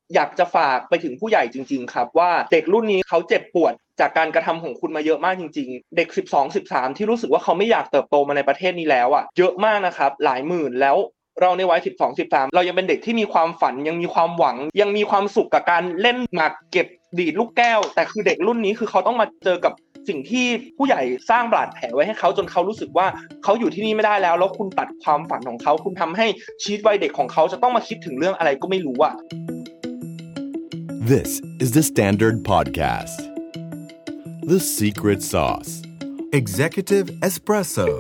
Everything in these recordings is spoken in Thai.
อยากจะฝากไปถึงผู้ใหญ่จริงๆครับว่าเด็กรุ่นนี้เขาเจ็บปวดจากการกระทำของคุณมาเยอะมากจริงๆเด็ก12-13ที่รู้สึกว่าเขาไม่อยากเติบโตมาในประเทศนี้แล้วอ่ะเยอะมากนะครับหลายหมื่นแล้วเราในวัย12-13เรายังเป็นเด็กที่มีความฝันยังมีความหวังยังมีความสุขกับการเล่นหมากเก็บดีดลูกแก้วแต่คือเด็กรุ่นนี้คือเขาต้องมาเจอกับสิ่งที่ผู้ใหญ่สร้างบาดแผลไว้ให้เขาจนเขารู้สึกว่าเขาอยู่ที่นี่ไม่ได้แล้วคุณตัดความฝันของเขาคุณทำให้ชีวิตวัยเด็กของเขาจะต้องมาคิดถึงเรื่องอะไรก็ไม่รู้อ่ะ This is the Standard Podcast. The Secret Sauce. Executive Espresso.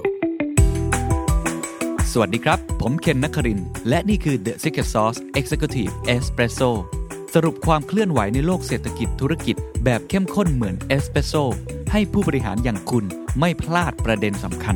สวัสดีครับผมเคนนครินทร์และนี่คือ The Secret Sauce Executive Espresso สรุปความเคลื่อนไหวในโลกเศรษฐกิจธุรกิจแบบเข้มข้นเหมือนเอสเปรสโซ่ให้ผู้บริหารอย่างคุณไม่พลาดประเด็นสำคัญ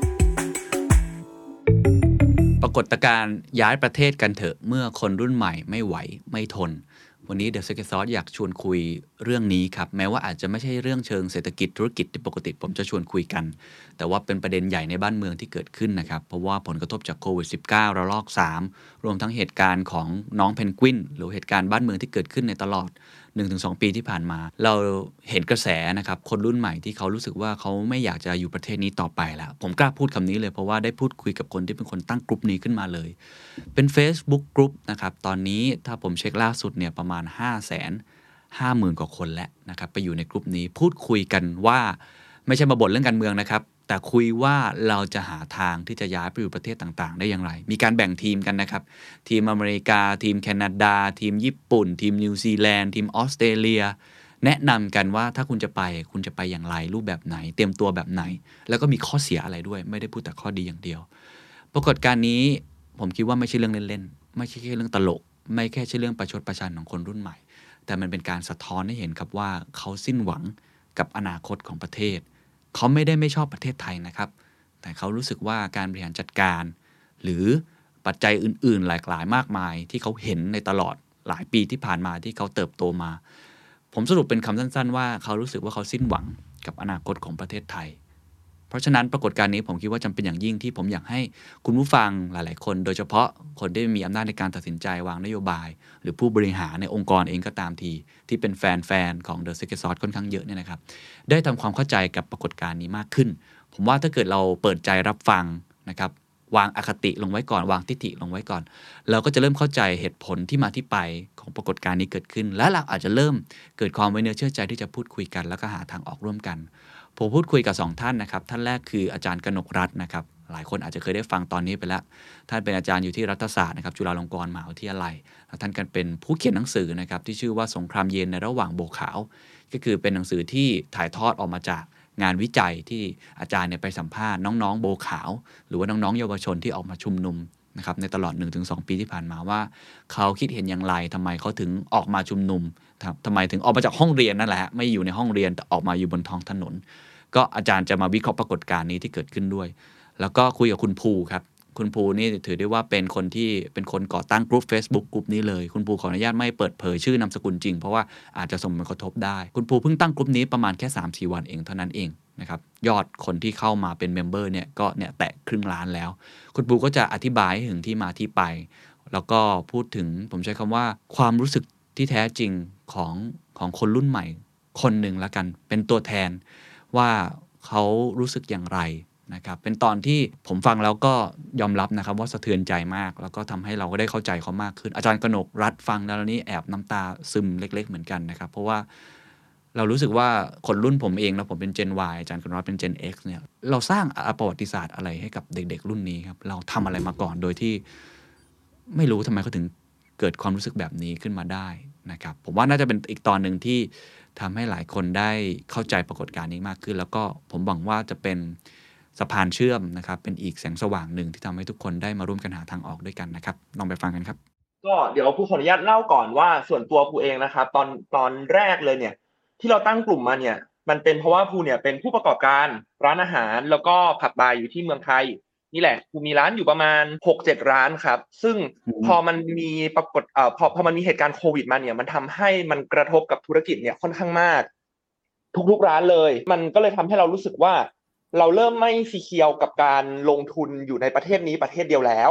ปรากฏการณ์ย้ายประเทศกันเถอะเมื่อคนรุ่นใหม่ไม่ไหวไม่ทนวันนี้ The Secret Sauce อยากชวนคุยเรื่องนี้ครับแม้ว่าอาจจะไม่ใช่เรื่องเชิงเศรษฐกิจธุรกิจที่ปกติผมจะชวนคุยกันแต่ว่าเป็นประเด็นใหญ่ในบ้านเมืองที่เกิดขึ้นนะครับเพราะว่าผลกระทบจากโควิด -19 ระลอก 3รวมทั้งเหตุการณ์ของน้องเพนกวินหรือเหตุการณ์บ้านเมืองที่เกิดขึ้นในตลอด 1-2 ปีที่ผ่านมาเราเห็นกระแสนะครับคนรุ่นใหม่ที่เขารู้สึกว่าเขาไม่อยากจะอยู่ประเทศนี้ต่อไปแล้วผมกล้าพูดคำนี้เลยเพราะว่าได้พูดคุยกับคนที่เป็นคนตั้งกลุ่มนี้ขึ้นมาเลยเป็น Facebook กลุ่มนะครับตอนนี้ถ้าผมเช็คล่าสุดเนี่ยประมาณ 550,000 กว่าคนแล้วนะครับไปอยู่ในกลุ่มนี้พูดคุยกันว่าไม่ใช่มาบ่นเรื่องการเมืองนะครับแต่คุยว่าเราจะหาทางที่จะย้ายไปอยู่ประเทศต่างๆได้อย่างไรมีการแบ่งทีมกันนะครับทีมอเมริกาทีมแคนาดาทีมญี่ปุ่นทีมนิวซีแลนด์ทีมออสเตรเลียแนะนำกันว่าถ้าคุณจะไปอย่างไรรูปแบบไหนเตรียมตัวแบบไหนแล้วก็มีข้อเสียอะไรด้วยไม่ได้พูดแต่ข้อดีอย่างเดียวปรากฏการณ์นี้ผมคิดว่าไม่ใช่เรื่องเล่นๆไม่ใช่แค่เรื่องตลกไม่แค่ใช่เรื่องประชดประชันของคนรุ่นใหม่แต่มันเป็นการสะท้อนให้เห็นครับว่าเขาสิ้นหวังกับอนาคตของประเทศเขาไม่ได้ไม่ชอบประเทศไทยนะครับแต่เขารู้สึกว่าการบริหารจัดการหรือปัจจัยอื่นๆหลากหลายมากมายที่เขาเห็นในตลอดหลายปีที่ผ่านมาที่เขาเติบโตมาผมสรุปเป็นคำสั้นๆว่าเขารู้สึกว่าเขาสิ้นหวังกับอนาคตของประเทศไทยเพราะฉะนั้นปรากฏการณ์นี้ผมคิดว่าจำเป็นอย่างยิ่งที่ผมอยากให้คุณผู้ฟังหลายๆคนโดยเฉพาะคนที่มีอำนาจในการตัดสินใจวางนโยบายหรือผู้บริหารในองค์กรเองก็ตามทีที่เป็นแฟนของ The Secret Sauce ค่อนข้างเยอะเนี่ยนะครับได้ทำความเข้าใจกับปรากฏการณ์นี้มากขึ้นผมว่าถ้าเกิดเราเปิดใจรับฟังนะครับวางอคติลงไว้ก่อนวางทิฐิลงไว้ก่อนเราก็จะเริ่มเข้าใจเหตุผลที่มาที่ไปของปรากฏการณ์นี้เกิดขึ้นและเราอาจจะเริ่มเกิดความไว้เนื้อเชื่อใจที่จะพูดคุยกันแล้วก็หาทางออกร่วมกันผมพูดคุยกับ2ท่านนะครับท่านแรกคืออาจารย์กนกรัตน์นะครับหลายคนอาจจะเคยได้ฟังตอนนี้ไปแล้วท่านเป็นอาจารย์อยู่ที่รัฐศาสตร์นะครับจุฬาลงกรณ์มหาวิทยาลัยแล้วท่านก็เป็นผู้เขียนหนังสือนะครับที่ชื่อว่าสงครามเย็นในระหว่างโบกขาวก็คือเป็นหนังสือที่ถ่ายทอดออกมาจากงานวิจัยที่อาจารย์ไปสัมภาษณ์น้องๆโบขาวหรือว่าน้องๆเยาวชนที่ออกมาชุมนุมนะครับในตลอด 1-2 ปีที่ผ่านมาว่าเขาคิดเห็นอย่างไรทำไมเขาถึงออกมาชุมนุมทำไมถึงออกมาจากห้องเรียนนั่นแหละไม่อยู่ในห้องเรียนแต่ออกมาอยู่บนท้องถนนก็อาจารย์จะมาวิเคราะห์ปรากฏการณ์นี้ที่เกิดขึ้นด้วยแล้วก็คุยกับคุณภูครับคุณภูนี่ถือได้ว่าเป็นคนที่เป็นคนก่อตั้งกลุ่ม Facebook กลุ่มนี้เลยคุณภูขออนุญาตไม่เปิดเผยชื่อนามสกุลจริงเพราะว่าอาจจะส่งผลกระทบได้คุณภูเพิ่งตั้งกลุ่มนี้ประมาณแค่ 3-4 วันเองเท่านั้นเองนะครับยอดคนที่เข้ามาเป็นเมมเบอร์เนี่ยก็เนี่ยแตะครึ่งล้านแล้วคุณภูก็จะอธิบายถึงที่มาที่ไปแล้วก็พูดถึงผมใช้คำว่าความรู้สึกที่แท้จริงของคนรุ่นใหม่คนหนึ่งละกันเป็นตัวแทนว่าเขารู้สึกอย่างไรนะครับเป็นตอนที่ผมฟังแล้วก็ยอมรับนะครับว่าสะเทือนใจมากแล้วก็ทำให้เราก็ได้เข้าใจเขามากขึ้นอาจารย์กนกรัตน์ฟังแล้วนี่แอบน้ำตาซึมเล็กๆเหมือนกันนะครับเพราะว่าเรารู้สึกว่าคนรุ่นผมเองแล้วผมเป็น Gen Y อาจารย์กนกรัตน์เป็น Gen X เนี่ยเราสร้างประวัติศาสตร์อะไรให้กับเด็กๆรุ่นนี้ครับเราทำอะไรมาก่อนโดยที่ไม่รู้ทำไมเขาถึงเกิดความรู้สึกแบบนี้ขึ้นมาได้นะครับผมว่าน่าจะเป็นอีกตอนนึงที่ทำให้หลายคนได้เข้าใจปรากฏการณ์นี้มากขึ้นแล้วก็ผมหวังว่าจะเป็นสะพานเชื่อมนะครับเป็นอีกแสงสว่างหนึ่งที่ทำให้ทุกคนได้มาร่วมกันหาทางออกด้วยกันนะครับลองไปฟังกันครับก็เดี๋ยวผู้ขออนุญาตเล่าก่อนว่าส่วนตัวผู้เองนะครับตอนแรกเลยเนี่ยที่เราตั้งกลุ่มมาเนี่ยมันเป็นเพราะว่าผู้เนี่ยเป็นผู้ประกอบการร้านอาหารแล้วก็ผับบาร์อยู่ที่เมืองไทยนี่แหละผู้มีร้านอยู่ประมาณ 6-7 ร้านครับซึ่งพอมันมีปรากฏพอมันมีเหตุการณ์โควิดมาเนี่ยมันทำให้มันกระทบกับธุรกิจเนี่ยค่อนข้างมากทุกๆร้านเลยมันก็เลยทำให้เรารู้สึกว่าเราเริ่มไม่ซีเคียวกับการลงทุนอยู่ในประเทศนี้ประเทศเดียวแล้ว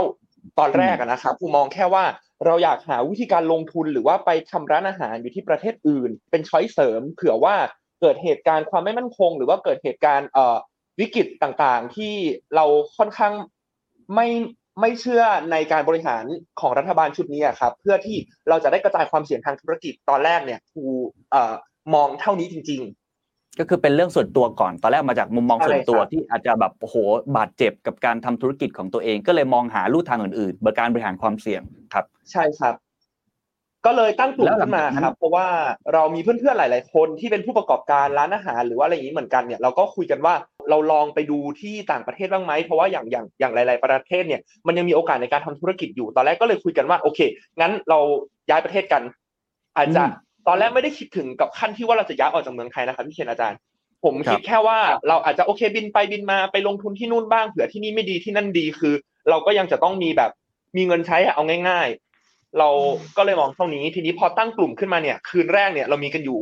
ตอนแรกนะครับผมมองแค่ว่าเราอยากหาวิธีการลงทุนหรือว่าไปทำร้านอาหารอยู่ที่ประเทศอื่นเป็นช้อยเสริมเผื่อว่าเกิดเหตุการณ์ความไม่มั่นคงหรือว่าเกิดเหตุการณ์วิกฤตต่างๆที่เราค่อนข้างไม่ไม่เชื่อในการบริหารของรัฐบาลชุดนี้ครับเพื่อที่เราจะได้กระจายความเสี่ยงทางธุรกิจตอนแรกเนี่ยกูมองเท่านี้จริงๆก็คือเป็นเรื่องส่วนตัวก่อนตอนแรกมาจากมุมมองส่วนตัวที่อาจจะแบบโอ้โหบาดเจ็บกับการทำธุรกิจของตัวเองก็เลยมองหาลู่ทางอื่นๆการบริหารความเสี่ยงครับใช่ครับก็เลยตั้งกลุ่มขึ้นมาครับเพราะว่าเรามีเพื่อนๆหลายๆคนที่เป็นผู้ประกอบการร้านอาหารหรือว่าอะไรอย่างนี้เหมือนกันเนี่ยเราก็คุยกันว่าเราลองไปดูที่ต่างประเทศบ้างไหมเพราะว่าอย่างหลายๆประเทศเนี่ยมันยังมีโอกาสในการทำธุรกิจอยู่ตอนแรกก็เลยคุยกันว่าโอเคงั้นเราย้ายประเทศกันอาจจะตอนแรกไม่ได้คิดถึงกับขั้นที่ว่าเราจะย้ายออกจากเมืองไทยนะครับพี่เคนอาจารย์ผมคิดแค่ว่าเราอาจจะโอเคบินไปบินมาไปลงทุนที่นู่นบ้างเผื่อที่นี่ไม่ดีที่นั่นดีคือเราก็ยังจะต้องมีแบบมีเงินใช้เอาง่ายๆเราก็เลยมองเท่านี้ทีนี้พอตั้งกลุ่มขึ้นมาเนี่ยคืนแรกเนี่ยเรามีกันอยู่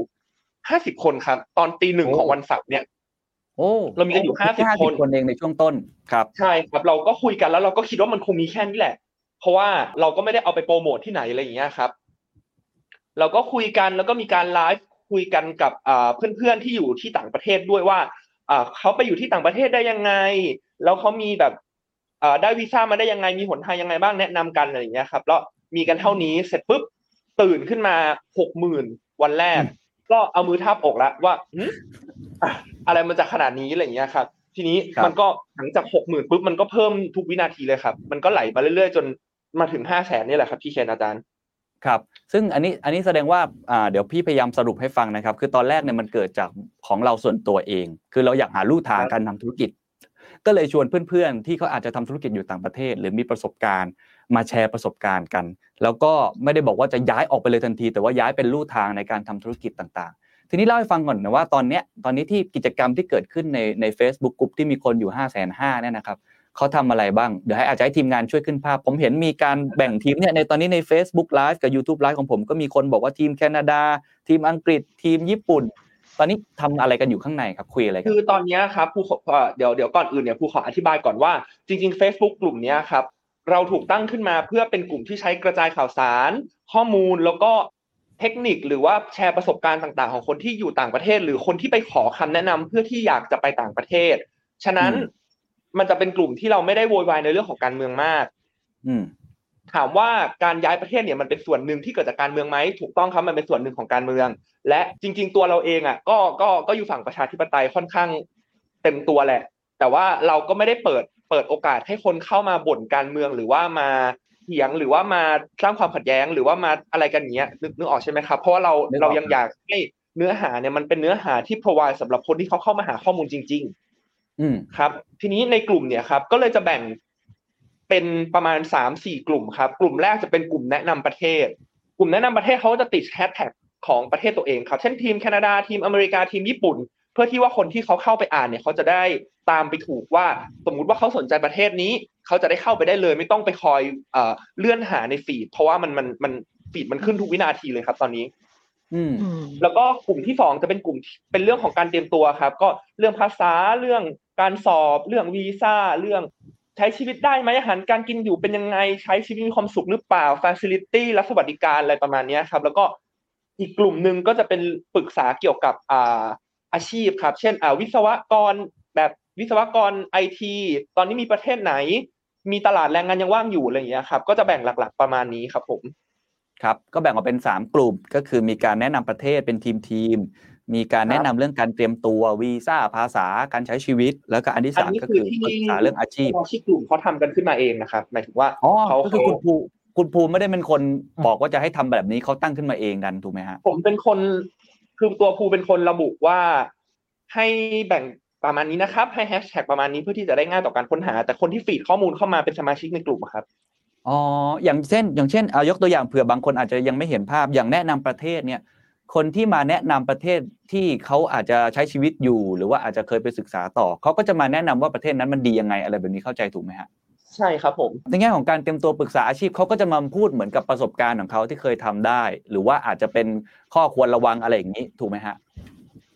50คนครับตอนตีหนึ่งของวันเสาร์เนี่ยเรามีกันอยู่50 คนเองในช่วงต้นครับใช่ครับเราก็คุยกันแล้วเราก็คิดว่ามันคงมีแค่นี้แหละเพราะว่าเราก็ไม่ได้เอาไปโปรโมทที่ไหนอะไรอย่างเงี้ยครับเราก็คุยกันแล้วก็มีการไลฟ์คุยกันกับเพื่อนๆที่อยู่ที่ต่างประเทศด้วยว่าเขาไปอยู่ที่ต่างประเทศได้ยังไงแล้วเขามีแบบได้วีซ่ามาได้ยังไงมีหนทางยังไงบ้างแนะนำกันอะไรอย่างเงี้ยครับแล้วมีกันเท่านี้เสร็จปุ๊บตื่นขึ้นมา 60,000 วันแรกก็เอามือทาบอกแล้วว่าอะไรมันจะขนาดนี้อะไรอย่างเงี้ยครับทีนี้มันก็หลังจาก 60,000 ปุ๊บมันก็เพิ่มทุกวินาทีเลยครับมันก็ไหลมาเรื่อยๆจนมาถึง 500,000 นี่แหละครับพี่เคนอาจารย์ครับซึ่งอันนี้แสดงว่าเดี๋ยวพี่พยายามสรุปให้ฟังนะครับคือตอนแรกเนี่ยมันเกิดจากของเราส่วนตัวเองคือเราอยากหาลู่ทางการทำธุรกิจก็เลยชวนเพื่อนๆที่เขาอาจจะทำธุรกิจอยู่ต่างประเทศหรือมีประสบการณ์มาแชร์ประสบการณ์กันแล้วก็ไม่ได้บอกว่าจะย้ายออกไปเลยทันทีแต่ว่าย้ายเป็นลู่ทางในการทำธุรกิจต่างๆทีนี้เล่าให้ฟังก่อนนะว่าตอนนี้ที่กิจกรรมที่เกิดขึ้นใน Facebook กลุ่มที่มีคนอยู่ 550,000 เนี่ยนะครับเขาทำอะไรบ้างเดี๋ยวอาจจะให้ทีมงานช่วยขึ้นภาพผมเห็นมีการแบ่งทีมเนี่ยในตอนนี้ใน Facebook Live กับ YouTube Live ของผมก็มีคนบอกว่าทีมแคนาดาทีมอังกฤษทีมญี่ปุ่นตอนนี้ทำอะไรกันอยู่ข้างในครับคุยอะไรกันคือตอนนี้ครับผู้เดี๋ยวก่อนอื่นเนี่ยผู้ขออธิบายก่อนว่าจริงๆ Facebook กลุ่มนี้ครับเราถูกตั้งขึ้นมาเพื่อเป็นกลุ่มที่ใช้กระจายข่าวสารข้อมูลแล้วก็เทคนิคหรือว่าแชร์ประสบการณ์ต่างๆของคนที่อยู่ต่างประเทศหรือคนที่ไปขอคำแนะนำเพื่อที่อยากจะไปต่างประเทศฉะนั้นมันจะเป็นกลุ่มที่เราไม่ได้โวยวายในเรื่องของการเมืองมากถามว่าการย้ายประเทศเนี่ยมันเป็นส่วนหนึ่งที่เกิดจากการเมืองไหมถูกต้องครับมันเป็นส่วนหนึ่งของการเมืองและจริงๆตัวเราเองก็อยู่ฝั่งประชาธิปไตยค่อนข้างเต็มตัวแหละแต่ว่าเราก็ไม่ได้เปิดโอกาสให้คนเข้ามาบ่นการเมืองหรือว่ามาเถียงหรือว่ามาสร้างความขัดแย้งหรือว่ามาอะไรกันอย่างเงี้ยนึกออกใช่ไหมครับเพราะว่าเรายังอยากให้เนื้อหาเนี่ยมันเป็นเนื้อหาที่ provide สำหรับคนที่เขาเข้ามาหาข้อมูลจริงๆครับทีนี้ในกลุ่มเนี่ยครับก็เลยจะแบ่งเป็นประมาณ 3-4 กลุ่มครับกลุ่มแรกจะเป็นกลุ่มแนะนำประเทศกลุ่มแนะนำประเทศเขาจะติดแฮชแท็กของประเทศตัวเองครับเช่นทีมแคนาดาทีมอเมริกาทีมญี่ปุ่นเพื่อที่ว่าคนที่เขาเข้าไปอ่านเนี่ยเขาจะได้ตามไปถูกว่าสมมุติว่าเขาสนใจประเทศนี้เขาจะได้เข้าไปได้เลยไม่ต้องไปคอยเลื่อนหาในฟีดเพราะว่ามันฟีดมันขึ้นทุกวินาทีเลยครับตอนนี้แล้วก็กลุ่มที่2จะเป็นกลุ่มเป็นเรื่องของการเตรียมตัวครับก็เรื่องภาษาเรื่องการสอบเรื่องวีซ่าเรื่องใช้ชีวิตได้ไหมอาหารการกินอยู่เป็นยังไงใช้ชีวิตมีความสุขหรือเปล่า facility และสวัสดิการอะไรประมาณนี้ครับแล้วก็อีกกลุ่มนึงก็จะเป็นปรึกษาเกี่ยวกับอาชีพครับเช่นวิศวกรแบบวิศวกร IT ตอนนี้มีประเทศไหนมีตลาดแรงงานยังว่างอยู่อะไรอย่างเงี้ยครับก็จะแบ่งหลักๆประมาณนี้ครับผมครับก็แบ่งออกเป็น3กลุ่มก็คือมีการแนะนำประเทศเป็นทีมมีการแนะนำเรื่องการเตรียมตัววีซ่าภาษาการใช้ชีวิตแล้วก็อันที่3ก็คือปรึกษาเรื่องอาชีพที่กลุ่มเขาทำกันขึ้นมาเองนะครับหมายถึงว่าเขาก็คือคุณภูมิไม่ได้เป็นคนบอกว่าจะให้ทำแบบนี้เขาตั้งขึ้นมาเองกันถูกไหมฮะผมเป็นคนคือตัวภูเป็นคนระบุว่าให้แบ่งประมาณนี้นะครับให้แฮชแท็กประมาณนี้เพื่อที่จะได้ง่ายต่อการค้นหาแต่คนที่ฟีดข้อมูลเข้ามาเป็นสมาชิกในกลุ่มครับอย่างเช่นยกตัวอย่างเผื่อบางคนอาจจะยังไม่เห็นภาพอย่างแนะนำประเทศเนี่ยคนที่มาแนะนำประเทศที่เขาอาจจะใช้ชีวิตอยู่หรือว่าอาจจะเคยไปศึกษาต่อเขาก็จะมาแนะนำว่าประเทศนั้นมันดียังไงอะไรแบบนี้เข้าใจถูกไหมฮะใช่ครับผมในแง่ของการเตรียมตัวปรึกษาอาชีพเขาก็จะมาพูดเหมือนกับประสบการณ์ของเขาที่เคยทำได้หรือว่าอาจจะเป็นข้อควรระวังอะไรอย่างนี้ถูกไหมฮะ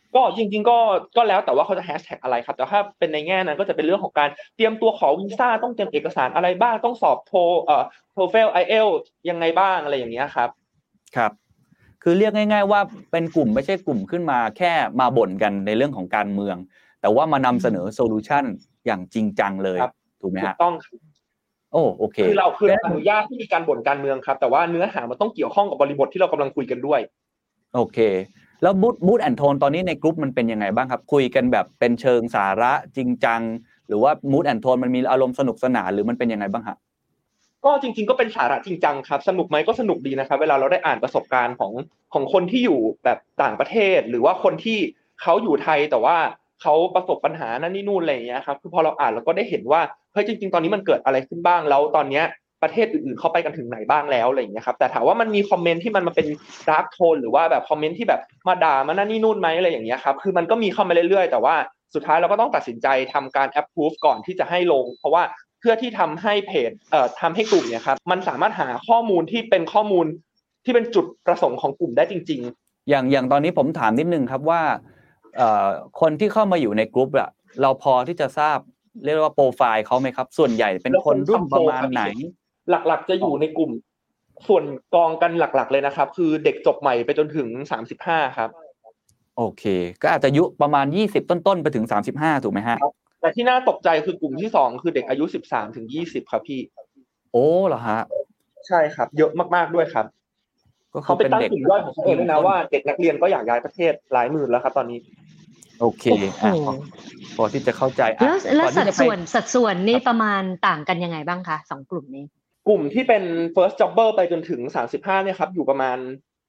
ก็จริงๆก็แล้วแต่ว่าเขาจะแฮชแท็กอะไรครับแต่ถ้าเป็นในแง่นั้นก็จะเป็นเรื่องของการเตรียมตัวขอวีซ่าต้องเตรียมเอกสารอะไรบ้างต้องสอบTOEFL IELTS ยังไงบ้างอะไรอย่างเงี้ยครับครับคือเรียกง่ายๆว่าเป็นกลุ่มไม่ใช่กลุ่มขึ้นมาแค่มาบ่นกันในเรื่องของการเมืองแต่ว่ามานำเสนอโซลูชันอย่างจริงจังเลยถูกไหมฮะถูกต้องครับโอเคคือเราอนุญาตที่มีการบ่นการเมืองครับแต่ว่าเนื้อหามันต้องเกี่ยวข้องกับบริบทที่เรากำลังคุยกันด้วยโอเคแล้วมูดแอนโทนตอนนี้ในกลุ่มมันเป็นยังไงบ้างครับคุยกันแบบเป็นเชิงสาระจริงจังหรือว่ามูดแอนโทนมันมีอารมณ์สนุกสนานหรือมันเป็นยังไงบ้างฮะก็จริงๆก็เป็นสาระจริงจังครับสนุกไหมก็สนุกดีนะครับเวลาเราได้อ่านประสบการณ์ของคนที่อยู่แบบต่างประเทศหรือว่าคนที่เขาอยู่ไทยแต่ว่าเขาประสบปัญหานั่นนี่นู่นอะไรอย่างเงี้ยครับคือพอเราอ่านเราก็ได้เห็นว่าเฮ้ยจริงๆตอนนี้มันเกิดอะไรขึ้นบ้างแล้วตอนเนี้ยประเทศอื่นๆเขาไปกันถึงไหนบ้างแล้วอะไรอย่างเงี้ยครับแต่ถามว่ามันมีคอมเมนต์ที่มันมาเป็นดาร์กโทนหรือว่าแบบคอมเมนต์ที่แบบมาด่ามานั่นนี่นู่นไหมอะไรอย่างเงี้ยครับคือมันก็มีเข้ามาเรื่อยๆแต่ว่าสุดท้ายเราก็ต้องตัดสินใจทำการ approve ก่อนที่จะให้ลงเพราะว่าเพื่อที่ทำให้เพจทำให้กลุ่มเนี่ยครับมันสามารถหาข้อมูลที่เป็นข้อมูลที่เป็นจุดประสงค์ของกลุ่มได้จริงๆอย่างตอนนี้ผมถามนิดนึงครับว่าคนที่เข้ามาอยู่ในกลุ่มอะเราพอที่จะทราบเรียกว่าโปรไฟล์เขาไหมครับส่วนใหญ่เป็นคนรุ่นประมาณไหนหลักๆจะอยู่ในกลุ่มส่วนกองกันหลักๆเลยนะครับคือเด็กจบใหม่ไปจนถึง35ครับโอเคก็อาจจะอายุประมาณ20ต้นๆไปถึง35ถูกไหมฮะแต่ที่น่าตกใจคือกลุ่มที่2คือเด็กอายุ13ถึง20ครับพี่โอ้เหรอฮะใช่ครับเยอะมากๆด้วยครับเขาไปตั้งกลุ่มย่อยของเขาเองด้วยนะว่าเด็กนักเรียนก็อยากย้ายประเทศหลายหมื่นแล้วครับตอนนี้โอเคพอที่จะเข้าใจแล้วสัดส่วนนี่ประมาณต่างกันยังไงบ้างคะ2กลุ่มนี้กลุ่มที่เป็น first jobber ไปจนถึง35เนี่ยครับอยู่ประมาณ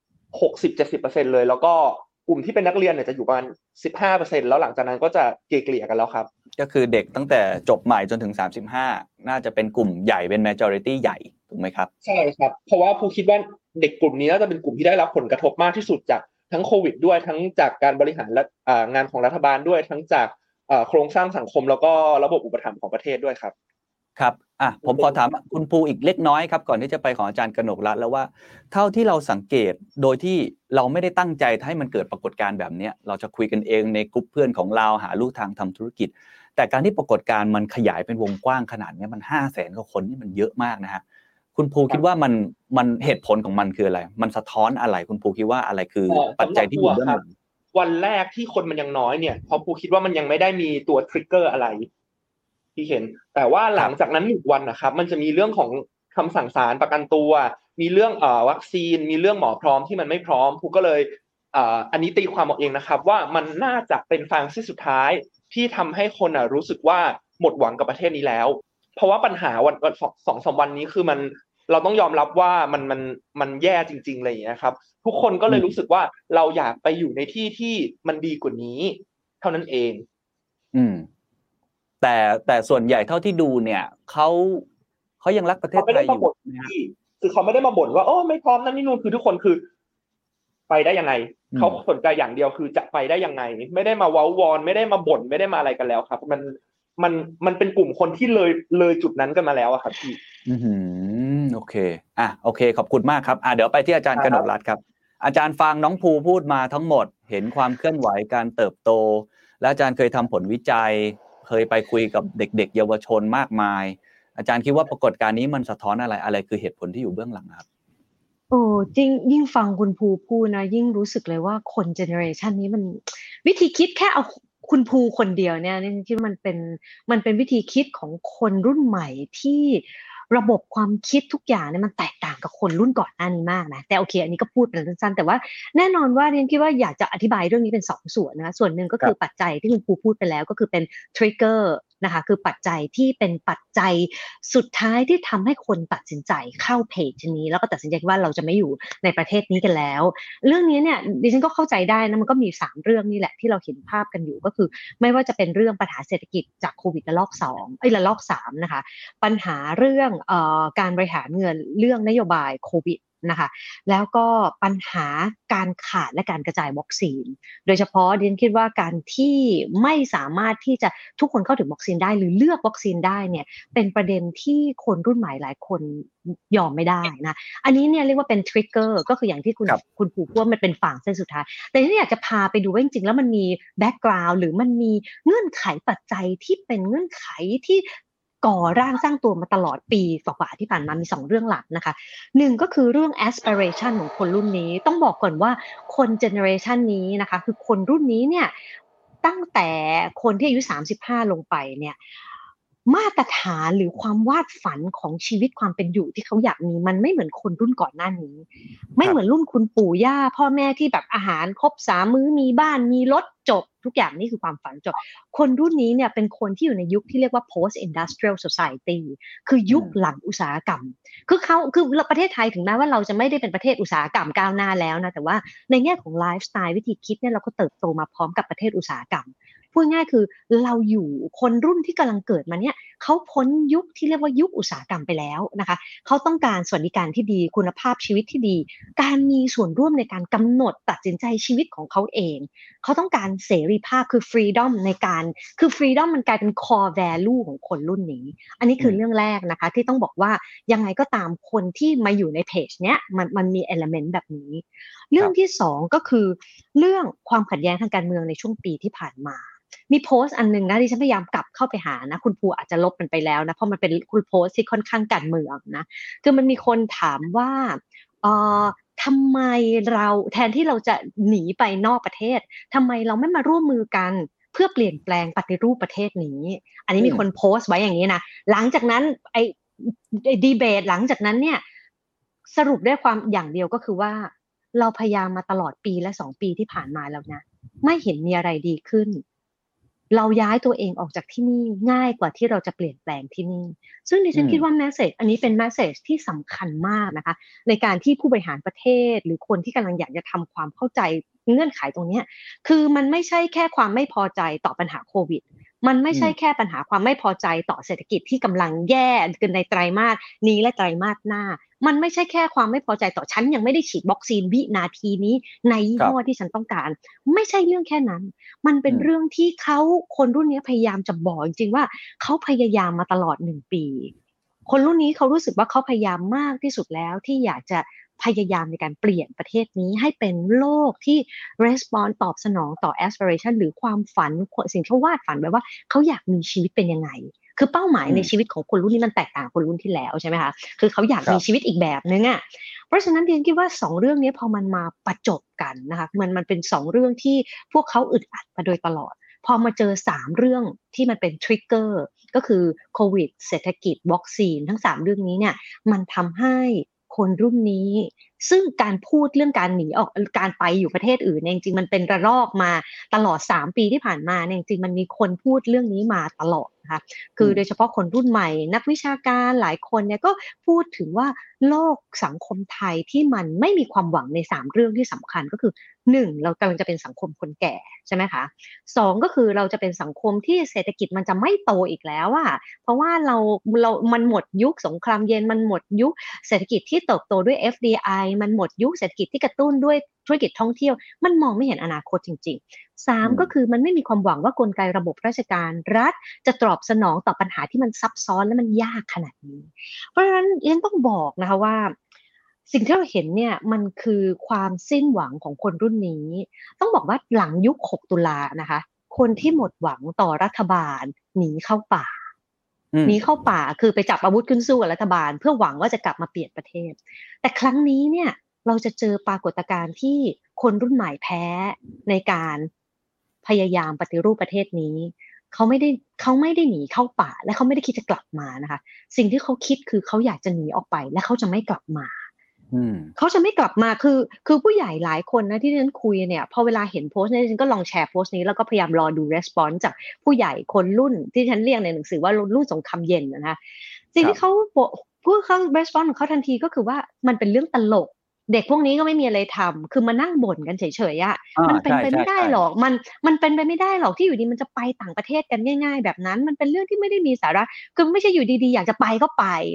60-70% เลยแล้วก็กลุ่มที่เป็นนักเรียนเนี่ยจะอยู่ประมาณ 15% แล้วหลังจากนั้นก็จะเกลี่ยกันแล้วครับก็คือเด็กตั้งแต่จบใหม่จนถึง35น่าจะเป็นกลุ่มใหญ่เป็น majority ใหญ่ถูกไหมครับใช่ครับเพราะว่าผู้คิดว่าเด็กกลุ่มนี้น่าจะเป็นกลุ่มที่ได้รับผลกระทบมากที่สุดจากทั้งโควิดด้วยทั้งจากการบริหารและงานของรัฐบาลด้วยทั้งจากโครงสร้างสังคมแล้วก็ระบบอุปถัมภ์ของประเทศด้วยครับครับผมขอถามคุณภูอีกเล็กน้อยครับก่อนที่จะไปของอาจารย์กนกรัตน์แล้วว่าเท่าที่เราสังเกตโดยที่เราไม่ได้ตั้งใจให้มันเกิดปรากฏการณ์แบบนี้เราจะคุยกันเองในกลุ่มเพื่อนของเราหาลู่ทางทำธุรกิจแต่การที่ปรากฏการณ์มันขยายเป็นวงกว้างขนาดนี้มัน 500,000 กว่าคนนี่มันเยอะมากนะฮะคุณภูคิดว่ามันเหตุผลของมันคืออะไรมันสะท้อนอะไรคุณภูคิดว่าอะไรคือปัจจัยที่อยู่เบื้องหลังวันแรกที่คนมันยังน้อยเนี่ยเพราะภูคิดว่ามันยังไม่ได้มีตัวทริกเกอร์อะไรที่เห็นแต่ว่าหลังจากนั้น1วันนะครับมันจะมีเรื่องของคำสั่งศาลประกันตัวมีเรื่องวัคซีนมีเรื่องหมอพร้อมที่มันไม่พร้อมภูก็เลยอันนี้ตีความเอาเองนะครับว่ามันน่าจะเป็นฟางเส้นสุดท้ายที่ทำให้คนรู้สึกว่าหมดหวังกับประเทศนี้แล้วเพราะว่าปัญหาวัน2-3 วันนี้คือมันเราต้องยอมรับว่ามันแย่จริงๆอะไรอย่างเงี้ยครับทุกคนก็เลยรู้สึกว่าเราอยากไปอยู่ในที่ที่มันดีกว่านี้เท่านั้นเองแต่ส่วนใหญ่เท่าที่ดูเนี่ยเขายังรักประเทศไทยอยู่คือเขาไม่ได้มาบ่นว่าโอ้ไม่พร้อมนั่นนี่นู่นคือทุกคนคือไปได้ยังไงเขาสนใจอย่างเดียวคือจะไปได้ยังไงไม่ได้มาเว้าวอนไม่ได้มาบ่นไม่ได้มาอะไรกันแล้วครับมันเป็นกลุ่มคนที่เลยจุดนั้นกันมาแล้วอะครับพี่โอเคโอเคขอบคุณมากครับเดี๋ยวไปที่อาจารย์กนกรัตน์ครับอาจารย์ฟังน้องภูพูดมาทั้งหมดเห็นความเคลื่อนไหวการเติบโตและอาจารย์เคยทำผลวิจัยเคยไปคุยกับเด็กๆเยาวชนมากมายอาจารย์คิดว่าปรากฏการณ์นี้มันสะท้อนอะไรคือเหตุผลที่อยู่เบื้องหลังครับจริงยิ่งฟังคุณภูพูดนะยิ่งรู้สึกเลยว่าคนเจเนอเรชันนี้มันวิธีคิดแค่เอาคุณภูคนเดียวเนี่ยนี่คิดว่ามันเป็นวิธีคิดของคนรุ่นใหม่ที่ระบบความคิดทุกอย่างเนี่ยมันแตกต่างกับคนรุ่นก่อนหน้านี้มากนะแต่โอเคอันนี้ก็พูดเป็นสั้นๆแต่ว่าแน่นอนว่าเรียนคิดว่าอยากจะอธิบายเรื่องนี้เป็น2ส่วนนะส่วนหนึ่งก็คือปัจจัยที่คุณภูพูดไปแล้วก็คือเป็นทริกเกอร์นะคะคือปัจจัยที่เป็นปัจจัยสุดท้ายที่ทำให้คนตัดสินใจเข้าเพจนี้แล้วก็ตัดสินใจว่าเราจะไม่อยู่ในประเทศนี้กันแล้วเรื่องนี้เนี่ยดิฉันก็เข้าใจได้นะมันก็มี3เรื่องนี่แหละที่เราเห็นภาพกันอยู่ก็คือไม่ว่าจะเป็นเรื่องปัญหาเศรษฐกิจจากโควิดระลอก2ระลอก3นะคะปัญหาเรื่องการบริหารเงินเรื่องนโยบายโควิดนะคะแล้วก็ปัญหาการขาดและการกระจายวัคซีนโดยเฉพาะดิฉันคิดว่าการที่ไม่สามารถที่จะทุกคนเข้าถึงวัคซีนได้หรือเลือกวัคซีนได้เนี่ยเป็นประเด็นที่คนรุ่นใหม่หลายคนยอมไม่ได้นะอันนี้เนี่ยเรียกว่าเป็นทริกเกอร์ก็คืออย่างที่คุณปู่พูดว่ามันเป็นฝั่งเส้นสุดท้ายแต่ที่อยากจะพาไปดูว่าจริงๆแล้วมันมีแบ็กกราวด์หรือมันมีเงื่อนไขปัจจัยที่เป็นเงื่อนไขที่ก่อร่างสร้างตัวมาตลอดปีกว่าที่ผ่านมามี2เรื่องหลักนะคะ1ก็คือเรื่อง aspiration ของคนรุ่นนี้ต้องบอกก่อนว่าคน generation นี้นะคะคือคนรุ่นนี้เนี่ยตั้งแต่คนที่อายุ35ลงไปเนี่ยมาตรฐานหรือความวาดฝันของชีวิตความเป็นอยู่ที่เขาอยากมีมันไม่เหมือนคนรุ่นก่อนหน้านี้ไม่เหมือนรุ่นคุณปู่ย่าพ่อแม่ที่แบบอาหารครบ3มื้อมีบ้านมีรถจบทุกอย่างนี่คือความฝันจบคนรุ่นนี้เนี่ยเป็นคนที่อยู่ในยุคที่เรียกว่า post industrial society คือยุคหลังอุตสาหกรรมคือประเทศไทยถึงแม้ว่าเราจะไม่ได้เป็นประเทศอุตสาหกรรมก้าวหน้าแล้วนะแต่ว่าในแง่ของไลฟ์สไตล์วิธีคิดเนี่ยเราก็เติบโตมาพร้อมกับประเทศอุตสาหกรรมพูดง่ายคือเราอยู่คนรุ่นที่กำลังเกิดมาเนี่ยเขาพ้นยุคที่เรียกว่ายุคอุตสาหกรรมไปแล้วนะคะเขาต้องการสวัสดิการที่ดีคุณภาพชีวิตที่ดีการมีส่วนร่วมในการกำหนดตัดสินใจชีวิตของเขาเองเขาต้องการเสรีภาพคือ freedom ในการคือ freedom มันกลายเป็น core value ของคนรุ่นนี้อันนี้คือเรื่องแรกนะคะที่ต้องบอกว่ายังไงก็ตามคนที่มาอยู่ในเพจเนี้ยมันมี element แบบนี้เรื่องที่2ก็คือเรื่องความขัดแย้งทางการเมืองในช่วงปีที่ผ่านมามีโพสต์อันนึงนะที่ฉันพยายามกลับเข้าไปหานะคุณภูอาจจะลบมันไปแล้วนะเพราะมันเป็นคุณโพสต์ที่ค่อนข้างการเมืองนะคือมันมีคนถามว่าทำไมเราแทนที่เราจะหนีไปนอกประเทศทำไมเราไม่มาร่วมมือกันเพื่อเปลี่ยนแปลงปฏิรูปประเทศนี้อันนี้มีคนโพสต์ไว้อย่างนี้นะหลังจากนั้นไอ้ดีเบตหลังจากนั้นเนี่ยสรุปได้ความอย่างเดียวก็คือว่าเราพยายามมาตลอดปีและ2 ปีที่ผ่านมาแล้วนะไม่เห็นมีอะไรดีขึ้นเราย้ายตัวเองออกจากที่นี่ง่ายกว่าที่เราจะเปลี่ยนแปลงที่นี่ซึ่งดิฉันคิดว่าแมสเสจอันนี้เป็นแมสเสจที่สำคัญมากนะคะในการที่ผู้บริหารประเทศหรือคนที่กำลังอยากจะทำความเข้าใจเงื่อนไขตรงนี้คือมันไม่ใช่แค่ความไม่พอใจต่อปัญหาโควิดมันไม่ใช่แค่ปัญหาความไม่พอใจต่อเศรษฐกิจที่กำลังแย่กันในไตรมาสนี้และไตรมาสหน้ามันไม่ใช่แค่ความไม่พอใจต่อฉันยังไม่ได้ฉีดวัคซีนวินาทีนี้ในยี่ห้อที่ฉันต้องการไม่ใช่เรื่องแค่นั้นมันเป็นเรื่องที่คนรุ่นนี้พยายามจะบอกจริงๆว่าเขาพยายามมาตลอด1 ปีคนรุ่นนี้เขารู้สึกว่าเขาพยายามมากที่สุดแล้วที่อยากจะพยายามในการเปลี่ยนประเทศนี้ให้เป็นโลกที่ response ตอบสนองต่อ aspiration หรือความฝันสิ่งที่วาดฝันไว้ว่าเขาอยากมีชีวิตเป็นยังไงคือเป้าหมายในชีวิตของคนรุ่นนี้มันแตกต่างคนรุ่นที่แล้วใช่ไหมคะคือเขาอยากมีชีวิตอีกแบบนึงอ่ะเพราะฉะนั้นเรียนคิดว่า2เรื่องนี้พอมันมาประจบกันนะคะมันเป็น2เรื่องที่พวกเขาอึดอัดมาโดยตลอดพอมาเจอ3เรื่องที่มันเป็นทริกเกอร์ก็คือโควิดเศรษฐกิจวัคซีนทั้ง3เรื่องนี้เนี่ยมันทำให้คนรุ่นนี้ซึ่งการพูดเรื่องการหนีออกการไปอยู่ประเทศอื่นจริงๆมันเป็นระลอกมาตลอด3 ปีที่ผ่านมาจริงๆมันมีคนพูดเรื่องนี้มาตลอดนะคะคือโดยเฉพาะคนรุ่นใหม่นักวิชาการหลายคนเนี่ยก็พูดถึงว่าโลกสังคมไทยที่มันไม่มีความหวังใน3เรื่องที่สำคัญก็คือ1เรากำลังจะเป็นสังคมคนแก่ใช่ไหมคะ2ก็คือเราจะเป็นสังคมที่เศรษฐกิจมันจะไม่โตอีกแล้วอะเพราะว่ามันหมดยุคสงครามเย็นมันหมดยุคเศรษฐกิจที่เติบโตด้วย FDI มันหมดยุคเศรษฐกิจที่กระตุ้นด้วยธุรกิจท่องเที่ยวมันมองไม่เห็นอนาคตจริงๆ3ก็คือมันไม่มีความหวังว่ากลไกระบบราชการรัฐจะตอบสนองต่อปัญหาที่มันซับซ้อนและมันยากขนาดนี้เพราะฉะนั้นยังต้องบอกนะคะว่าสิ่งที่เราเห็นเนี่ยมันคือความสิ้นหวังของคนรุ่นนี้ต้องบอกว่าหลังยุค6 ตุลานะคะคนที่หมดหวังต่อรัฐบาลหนีเข้าป่าคือไปจับอาวุธขึ้นสู้กับรัฐบาลเพื่อหวังว่าจะกลับมาเปลี่ยนประเทศแต่ครั้งนี้เนี่ยเราจะเจอปรากฏการณ์ที่คนรุ่นใหม่แพ้ในการพยายามปฏิรูปประเทศนี้เขาไม่ได้หนีเข้าป่าและเขาไม่ได้คิดจะกลับมานะคะสิ่งที่เขาคิดคือเขาอยากจะหนีออกไปและเขาจะไม่กลับมาเขาจะไม่กลับมาคือผู้ใหญ่หลายคนนะที่ฉันคุยเนี่ยพอเวลาเห็นโพสต์นี้ฉันก็ลองแชร์โพสต์นี้แล้วก็พยายามรอดูรีสปอนส์จากผู้ใหญ่คนรุ่นที่ฉันเรียกในหนังสือว่ารุ่นสงครามเย็นนะคะสิ่งที่เขาพูดข้างรีสปอนส์ของเขาทันทีก็คือว่ามันเป็นเรื่องตลกเด็กพวกนี้ก็ไม่มีอะไรทำคือมานั่งบ่นกันเฉยๆอ่ะมันเป็นไปไม่ได้หรอกมันเป็นไปไม่ได้หรอกที่อยู่ดีมันจะไปต่างประเทศกันง่ายๆแบบนั้นมันเป็นเรื่องที่ไม่ได้มีสาระคือไม่ใช่อยู่ดีๆอยากจะไปก็ไป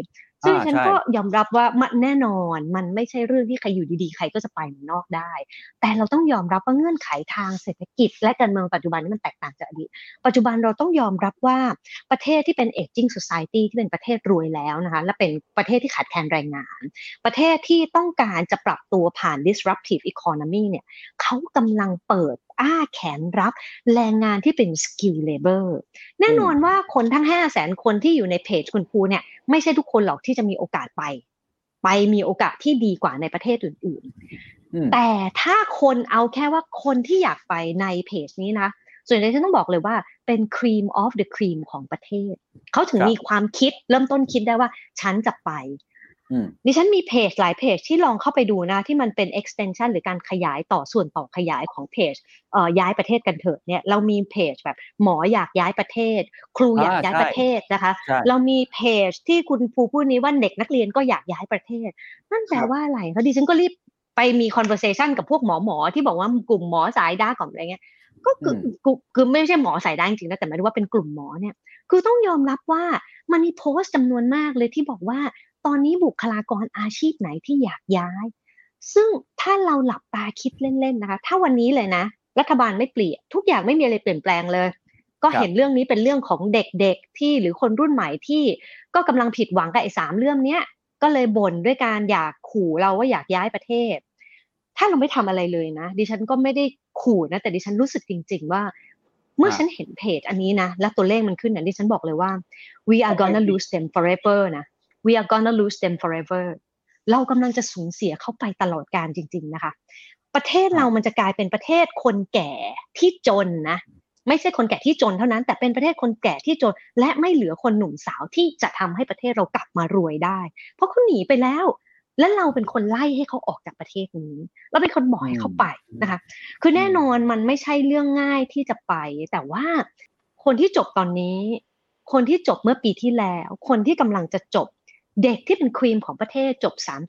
ซึ่งฉันใช่ก็ยอมรับว่ามันแน่นอนมันไม่ใช่เรื่องที่ใครอยู่ดีๆใครก็จะไปเมืองนอกได้แต่เราต้องยอมรับว่าเงื่อนไขทางเศรษฐกิจและการเมืองปัจจุบันนี้มันแตกต่างจากอดีตปัจจุบันเราต้องยอมรับว่าประเทศที่เป็น aging society ที่เป็นประเทศรวยแล้วนะคะและเป็นประเทศที่ขาดแคลนแรงงานประเทศที่ต้องการจะปรับตัวผ่าน disruptive economy เนี่ยเขากำลังเปิดอ้าแขนรับแรงงานที่เป็น skill labor แน่นอนว่าคนทั้ง 500,000 คนที่อยู่ในเพจคุณภูเนี่ยไม่ใช่ทุกคนหรอกที่จะมีโอกาสไปมีโอกาสที่ดีกว่าในประเทศอื่นๆแต่ถ้าคนเอาแค่ว่าคนที่อยากไปในเพจนี้นะส่วนใหญ่ฉันต้องบอกเลยว่าเป็น cream of the cream ของประเทศเขาถึงมีความคิดเริ่มต้นคิดได้ว่าฉันจะไปดิฉันมีเพจหลายเพจที่ลองเข้าไปดูนะที่มันเป็น extension หรือการขยายต่อส่วนต่อขยายของเพจย้ายประเทศกันเถอะเนี่ยเรามีเพจแบบหมออยากย้ายประเทศครูอยากย้ายประเทศนะคะเรามีเพจที่คุณภูพูดนี้ว่าเด็กนักเรียนก็อยากย้ายประเทศนั่นแปลว่าอะไรเพราะดิฉันก็รีบไปมี conversation กับพวกหมอที่บอกว่ากลุ่มหมอสายด้าของอะไรเงี้ยก็คือไม่ใช่หมอสายด้าจริงๆนะแต่หมายถึงว่าเป็นกลุ่มหมอเนี่ยคือต้องยอมรับว่ามันมีโพสต์จำนวนมากเลยที่บอกว่าตอนนี้บุคลากรอาชีพไหนที่อยากย้ายซึ่งถ้าเราหลับตาคิดเล่นๆนะคะถ้าวันนี้เลยนะรัฐบาลไม่เปลี่ยนทุกอย่างไม่มีอะไรเปลี่ยนแปลงเลยก็เห็นเรื่องนี้เป็นเรื่องของเด็กๆที่หรือคนรุ่นใหม่ที่ก็กำลังผิดหวังกับไอ้3เรื่องเนี้ยก็เลยบ่นด้วยการอยากขู่เราว่าอยากย้ายประเทศถ้าเราไม่ทำอะไรเลยนะดิฉันก็ไม่ได้ขู่นะแต่ดิฉันรู้สึกจริงๆว่าเมื่อฉันเห็นเพจอันนี้นะแล้วตัวเลขมันขึ้นดิฉันบอกเลยว่า we are gonna lose them forever นะ we are gonna lose them forever เรากำลังจะสูญเสียเข้าไปตลอดกาลจริงๆนะคะประเทศเรามันจะกลายเป็นประเทศคนแก่ที่จนนะไม่ใช่คนแก่ที่จนเท่านั้นแต่เป็นประเทศคนแก่ที่จนและไม่เหลือคนหนุ่มสาวที่จะทำให้ประเทศเรากลับมารวยได้เพราะเขาหนีไปแล้วและเราเป็นคนไล่ให้เขาออกจากประเทศนี้เราเป็นคนบอกให้เขาไปนะคะคือแน่นอนมันไม่ใช่เรื่องง่ายที่จะไปแต่ว่าคนที่จบตอนนี้คนที่จบเมื่อปีที่แล้วคนที่กำลังจะจบเด็กที่เป็นควีนของประเทศจบ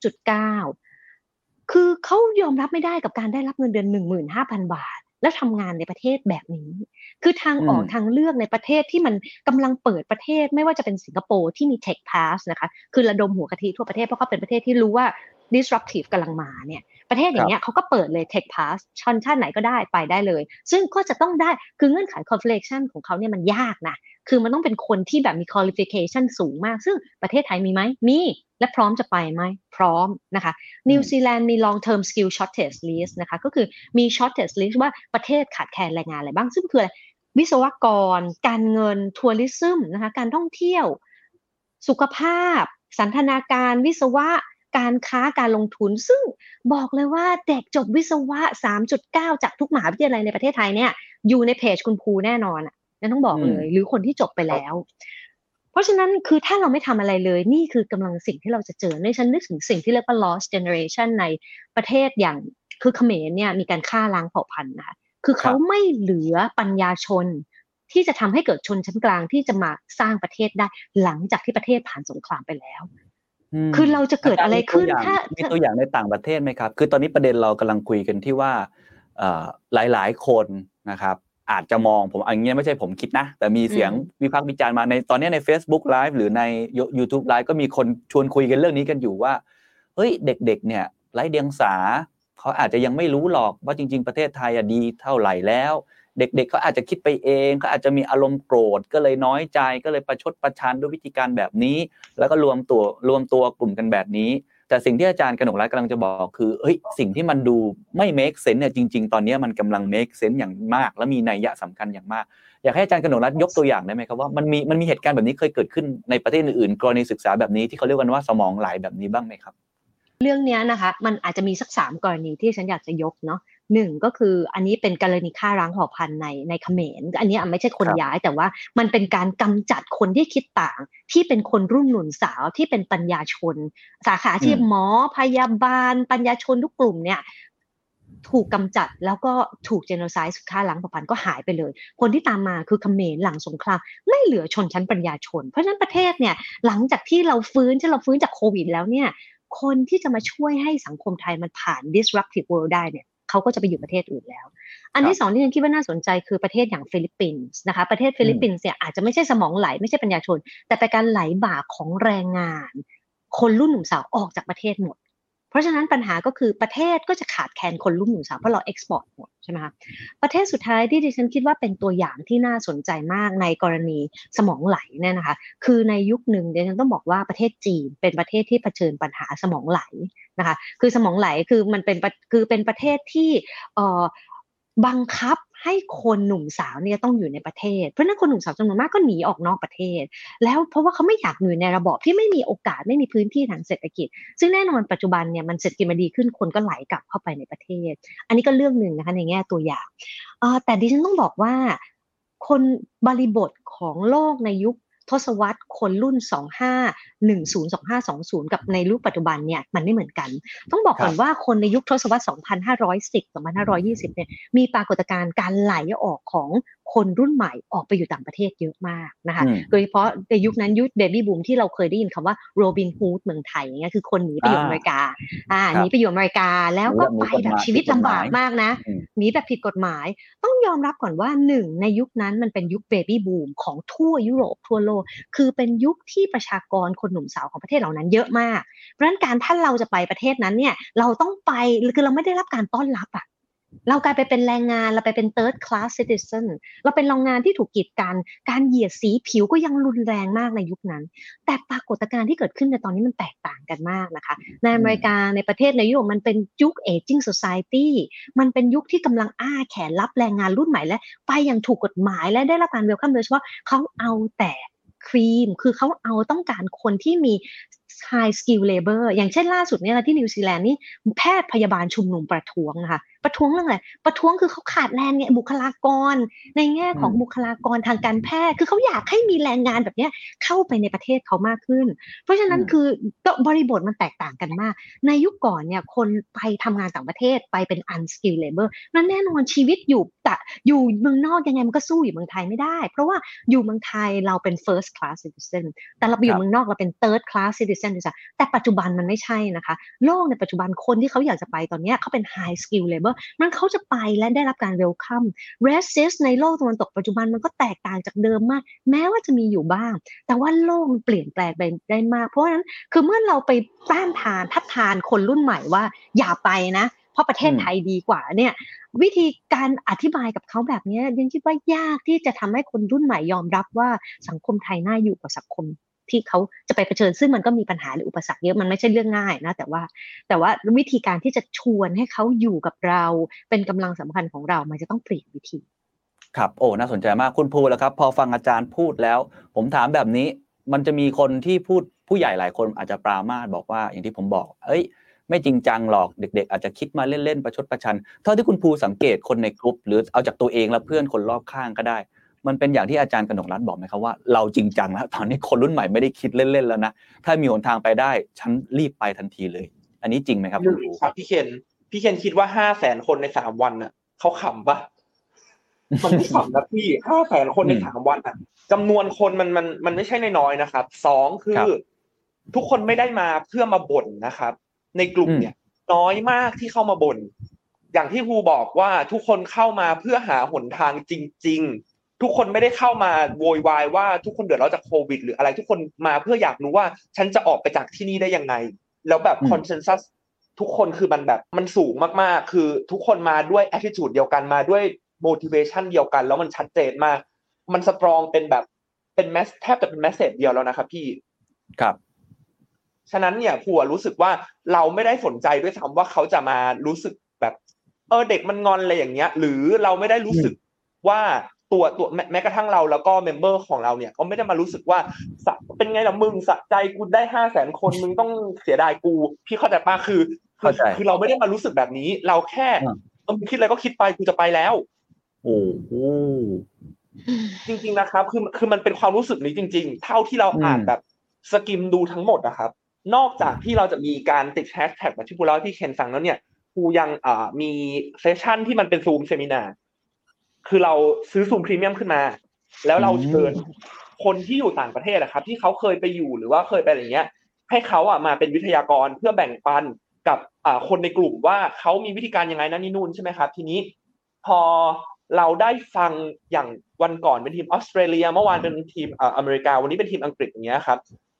3.9 คือเขายอมรับไม่ได้กับการได้รับเงินเดือน 15,000 บาทแล้วทำงานในประเทศแบบนี้คือทางออกทางเลือกในประเทศที่มันกำลังเปิดประเทศไม่ว่าจะเป็นสิงคโปร์ที่มี Tech Pass นะคะคือระดมหัวกะทิทั่วประเทศเพราะเขาเป็นประเทศที่รู้ว่า disruptive กำลังมาเนี่ยประเทศอย่างเงี้ยเขาก็เปิดเลย Tech Pass ชาติไหนก็ได้ไปได้เลยซึ่งก็จะต้องได้คือเงื่อนไข qualification ของเขาเนี่ยมันยากนะคือมันต้องเป็นคนที่แบบมี qualification สูงมากซึ่งประเทศไทยมีไหมมีและพร้อมจะไปไหมพร้อมนะคะนิวซีแลนด์มี long term skill shortage list นะคะก็คือมี shortage list ว่าประเทศขาดแคลนแรงงานอะไรบ้างซึ่งคืออะไรวิศวกรการเงินทัวริซึมนะคะการท่องเที่ยวสุขภาพสันทนาการวิศวะการค้าการลงทุนซึ่งบอกเลยว่าเด็กจบวิศวะ 3.9 จากทุกมหาวิทยาลัยในประเทศไทยเนี่ยอยู่ในเพจคุณภูแน่นอนอ่ะนั่นต้องบอกเลยหรือคนที่จบไปแล้วเพราะฉะนั้นคือถ้าเราไม่ทำอะไรเลยนี่คือกำลังสิ่งที่เราจะเจอในฉันนึกถึงสิ่งที่เรียกว่า lost generation ในประเทศอย่างคือเขมรเนี่ยมีการฆ่าล้างเผ่าพันธุ์นะคะคือเขาไม่เหลือปัญญาชนที่จะทำให้เกิดชนชั้นกลางที่จะมาสร้างประเทศได้หลังจากที่ประเทศผ่านสงครามไปแล้วคือเราจะเกิดอะไรขึ้นถ้ามีตัวอย่างในต่างประเทศไหมครับคือตอนนี้ประเด็นเรากำลังคุยกันที่ว่าหลายๆคนนะครับอาจจะมองผมอันนี้ไม่ใช่ผมคิดนะแต่มีเสียงวิพากษ์วิจารณ์มาในตอนนี้ใน Facebook Live หรือใน YouTube Live ก็มีคนชวนคุยกันเรื่องนี้กันอยู่ว่าเฮ้ยเด็กๆเนี่ยไร้เดียงสาเขาอาจจะยังไม่รู้หรอกว่าจริงๆประเทศไทยดีเท่าไหร่แล้วเด็กๆเขาอาจจะคิดไปเองเขาอาจจะมีอารมณ์โกรธก็เลยน้อยใจก็เลยประชดประชันด้วยวิธีการแบบนี้แล้วก็รวมตัวกลุ่มกันแบบนี้แต่สิ่งที่อาจารย์กนกรัตน์กำลังจะบอกคือเฮ้ยสิ่งที่มันดูไม่ make sense เนี่ยจริงๆตอนนี้มันกำลัง make sense อย่างมากและมีนัยยะสำคัญอย่างมากอยากให้อาจารย์กนกรัตน์ยกตัวอย่างได้ไหมครับว่ามันมีเหตุการณ์แบบนี้เคยเกิดขึ้นในประเทศอื่นๆกรณีศึกษาแบบนี้ที่เขาเรียกกันว่าสมองไหลแบบนี้บ้างไหมครับเรื่องนี้นะคะมันอาจจะมีสัก3กรณีที่ฉันอยากจะยกเนาะ1ก็คืออันนี้เป็นกรณีฆ่าล้างเผ่าพันธุ์ในเขมรอันนี้ไม่ใช่คนย้ายแต่ว่ามันเป็นการกำจัดคนที่คิดต่างที่เป็นคนรุ่นหนุ่มสาวที่เป็นปัญญาชนสาขาอาชีพหมอพยาบาลปัญญาชนทุกกลุ่มเนี่ยถูกกำจัดแล้วก็ถูกเจโนไซด์ฆ่าล้างเผ่าพันธุ์ก็หายไปเลยคนที่ตามมาคือเขมรหลังสงครามไม่เหลือชนชั้นปัญญาชนเพราะฉะนั้นประเทศเนี่ยหลังจากที่เราฟื้นจากโควิดแล้วเนี่ยคนที่จะมาช่วยให้สังคมไทยมันผ่าน disruptive world ได้เนี่ยเขาก็จะไปอยู่ประเทศอื่นแล้วอันที่2ที่ฉันคิดว่าน่าสนใจคือประเทศอย่างฟิลิปปินส์นะคะประเทศฟิลิปปินส์เนี่ยอาจจะไม่ใช่สมองไหลไม่ใช่ปัญญาชนแต่เป็นการไหลบ่าของแรงงานคนรุ่นหนุ่มสาวออกจากประเทศหมดเพราะฉะนั้นปัญหาก็คือประเทศก็จะขาดแคลนคนรุ่นหนุ่มสาวเพราะเราเอ็กซ์พอร์ตหมดใช่ไหมคะประเทศสุดท้ายที่ดิฉันคิดว่าเป็นตัวอย่างที่น่าสนใจมากในกรณีสมองไหลเนี่ยนะคะคือในยุคหนึ่งดิฉันต้องบอกว่าประเทศจีนเป็นประเทศที่เผชิญปัญหาสมองไหลนะคะคือสมองไหลคือมันเป็นประเทศที่บังคับให้คนหนุ่มสาวเนี่ยต้องอยู่ในประเทศเพราะนั้นคนหนุ่มสาวจำนวนมากก็หนีออกนอกประเทศแล้วเพราะว่าเขาไม่อยากอยู่ในระบอบที่ไม่มีโอกาสไม่มีพื้นที่ทางเศรษฐกิจซึ่งแน่นอนปัจจุบันเนี่ยมันเศรษฐกิจมันดีขึ้นคนก็ไหลกลับเข้าไปในประเทศอันนี้ก็เรื่องหนึ่งนะคะในแง่ตัวอย่างแต่ดิฉันต้องบอกว่าคนบริบทของโลกในยุคทศวรรษคนรุ่น2510 2520กับในยุคปัจจุบันเนี่ยมันไม่เหมือนกันต้องบอกก่อนว่าคนในยุคทศวรรษ2510 2520เนี่ยมีปรากฏการณ์การไหลออกของคนรุ่นใหม่ออกไปอยู่ต่างประเทศเยอะมากนะคะโดยเฉพาะในยุคนั้นยุคเบบี้บูมที่เราเคยได้ยินคำว่าโรบินฮูดเมืองไทยอย่างเงี้ยคือคนหนีไปอยู่อเมริกาหนีไปอยู่อเมริกาแล้วก็ไปแบบชีวิตลำบากมากนะหนีแบบผิดกฎหมายต้องยอมรับก่อนว่า1ในยุคนั้นมันเป็นยุคเบบี้บูมของทั่วยุโรปทั่วโลกคือเป็นยุคที่ประชากรคนหนุ่มสาวของประเทศเหล่านั้นเยอะมากเพราะฉะนั้นการถ้าเราจะไปประเทศนั้นเนี่ยเราต้องไปคือเราไม่ได้รับการต้อนรับอะเรากลายไปเป็นแรงงานเราไปเป็น third class citizen เราเป็นแรงงานที่ถูกกีดกันการเหยียดสีผิวก็ยังรุนแรงมากในยุคนั้นแต่ปรากฏการณ์ที่เกิดขึ้นในตอนนี้มันแตกต่างกันมากนะคะในอเมริกาในประเทศในยุโรปมันเป็นยุค aging society มันเป็นยุคที่กำลังอ้าแขนรับแรงงานรุ่นใหม่และไปอย่างถูกกฎหมายและได้รับการเวลคัมโดยเฉพาะเขาเอาแต่ครีมคือเขาเอาต้องการคนที่มี high skill labor อย่างเช่นล่าสุดเนี่ยที่นิวซีแลนด์นี่แพทย์พยาบาลชุมนุมประท้วงนะคะประท้วงเรื่องอะไรประท้วงคือเขาขาดแรงบุคลากรในแง่ของบุคลากรทางการแพทย์คือเขาอยากให้มีแรงงานแบบนี้เข้าไปในประเทศเขามากขึ้นเพราะฉะนั้นคือบริบทมันแตกต่างกันมากในยุคก่อนเนี่ยคนไปทำงานต่างประเทศไปเป็น unskilled labor นั่นแน่นอนชีวิตอยู่เมืองนอกยังไงมันก็สู้อยู่เมืองไทยไม่ได้เพราะว่าอยู่เมืองไทยเราเป็น first class citizen แต่เราไปอยู่เมืองนอกเราเป็น third class citizen แต่ปัจจุบันมันไม่ใช่นะคะโลกในปัจจุบันคนที่เขาอยากจะไปตอนนี้เขาเป็น high skill labor มันเขาจะไปและได้รับการ welcome racist ในโลกตะวันตกปัจจุบันมันก็แตกต่างจากเดิมมากแม้ว่าจะมีอยู่บ้างแต่ว่าโลกมันเปลี่ยนแปลงไปได้มากเพราะฉะนั้นคือเมื่อเราไปต้านทานทัดทานคนรุ่นใหม่ว่าอย่าไปนะเพราะประเทศไทยดีกว่าเนี่ยวิธีการอธิบายกับเขาแบบนี้ยังคิดว่ายากที่จะทำให้คนรุ่นใหม่ยอมรับว่าสังคมไทยน่าอยู่กว่าสังคมที่เขาจะไปเผชิญซึ่งมันก็มีปัญหาหรืออุปสรรคเยอะมันไม่ใช่เรื่องง่ายนะแต่ว่าวิธีการที่จะชวนให้เขาอยู่กับเราเป็นกำลังสำคัญของเรามันจะต้องเปลี่ยนวิธีครับโอ้น่าสนใจมากคุณภูแล้วครับพอฟังอาจารย์พูดแล้วผมถามแบบนี้มันจะมีคนที่พูดผู้ใหญ่หลายคนอาจจะปรามาสบอกว่าอย่างที่ผมบอกไม่จริงจังหรอกเด็กๆอาจจะคิดมาเล่นๆประชดประชันเท่าที่คุณภูสังเกตคนในกลุ่มหรือเอาจากตัวเองและเพื่อนคนรอบข้างก็ได้มันเป็นอย่างที่อาจารย์กนกรัตน์บอกไหมครับว่าเราจริงจังแล้วตอนนี้คนรุ่นใหม่ไม่ได้คิดเล่นๆแล้วนะถ้ามีหนทางไปได้ฉันรีบไปทันทีเลยอันนี้จริงไหมครับคุณภูครับพี่เคนคิดว่า500,000 คนใน3 วันน่ะเขาขำปะมันไม่ขำนะพี่500,000 คนใน3 วันน่ะจำนวนคนมันไม่ใช่น้อยๆนะครับ2คือทุกคนไม่ได้มาเพื่อมาบ่นนะครับในกลุ่มเนี่ยน้อยมากที่เข้ามาบ่นอย่างที่ครูบอกว่าทุกคนเข้ามาเพื่อหาหนทางจริงๆทุกคนไม่ได้เข้ามาโวยวายว่าทุกคนเดือดร้อนจากโควิดหรืออะไรทุกคนมาเพื่ออยากรู้ว่าฉันจะออกไปจากที่นี่ได้ยังไงแล้วแบบคอนเซนซัสทุกคนคือมันสูงมากๆคือทุกคนมาด้วย attitude เดียวกันมาด้วย motivation เดียวกันแล้วมันชัดเจนมากมันสตรองเป็นแบบเป็นแทบจะเป็น message เดียวแล้วนะครับพี่ครับฉะนั้นเนี่ยครูรู้สึกว่าเราไม่ได้สนใจด้วยซ้ำว่าเขาจะมารู้สึกแบบเด็กมันงอนอะไรอย่างเงี้ยหรือเราไม่ได้รู้สึกว่าตัวแม้กระทั่งเราแล้วก็เมมเบอร์ของเราเนี่ยก็ไม่ได้มารู้สึกว่าเป็นไงล่ะมึงสะใจกูได้500,000 คนมึงต้องเสียดายกูพี่เข้าใจป่ะคือเราไม่ได้มารู้สึกแบบนี้เราแค่คิดอะไรก็คิดไปกูจะไปแล้วโอ้โหจริงๆนะครับคือมันเป็นความรู้สึกนี้จริงๆเท่าที่เราอ่านแบบสกิมดูทั้งหมดนะครับนอกจากที่เราจะมีการติดแฮชแท็กแบบที่ครูเล่าที่เคนฟังแล้วเนี่ยครูยังมีเซสชั่นที่มันเป็นซูมเซมินาร์คือเราซื้อซูมพรีเมียมขึ้นมาแล้วเราเชิญคนที่อยู่ต่างประเทศนะครับที่เขาเคยไปอยู่หรือว่าเคยไปอะไรเงี้ยให้เขามาเป็นวิทยากรเพื่อแบ่งปันกับคนในกลุ่มว่าเขามีวิธีการยังไงนั่นนี่นู่นใช่ไหมครับทีนี้พอเราได้ฟังอย่างวันก่อนเป็นทีมออสเตรเลียเมื่อวานเป็นทีมอเมริกาวันนี้เป็นทีมอังกฤษอย่างเงี้ยครับ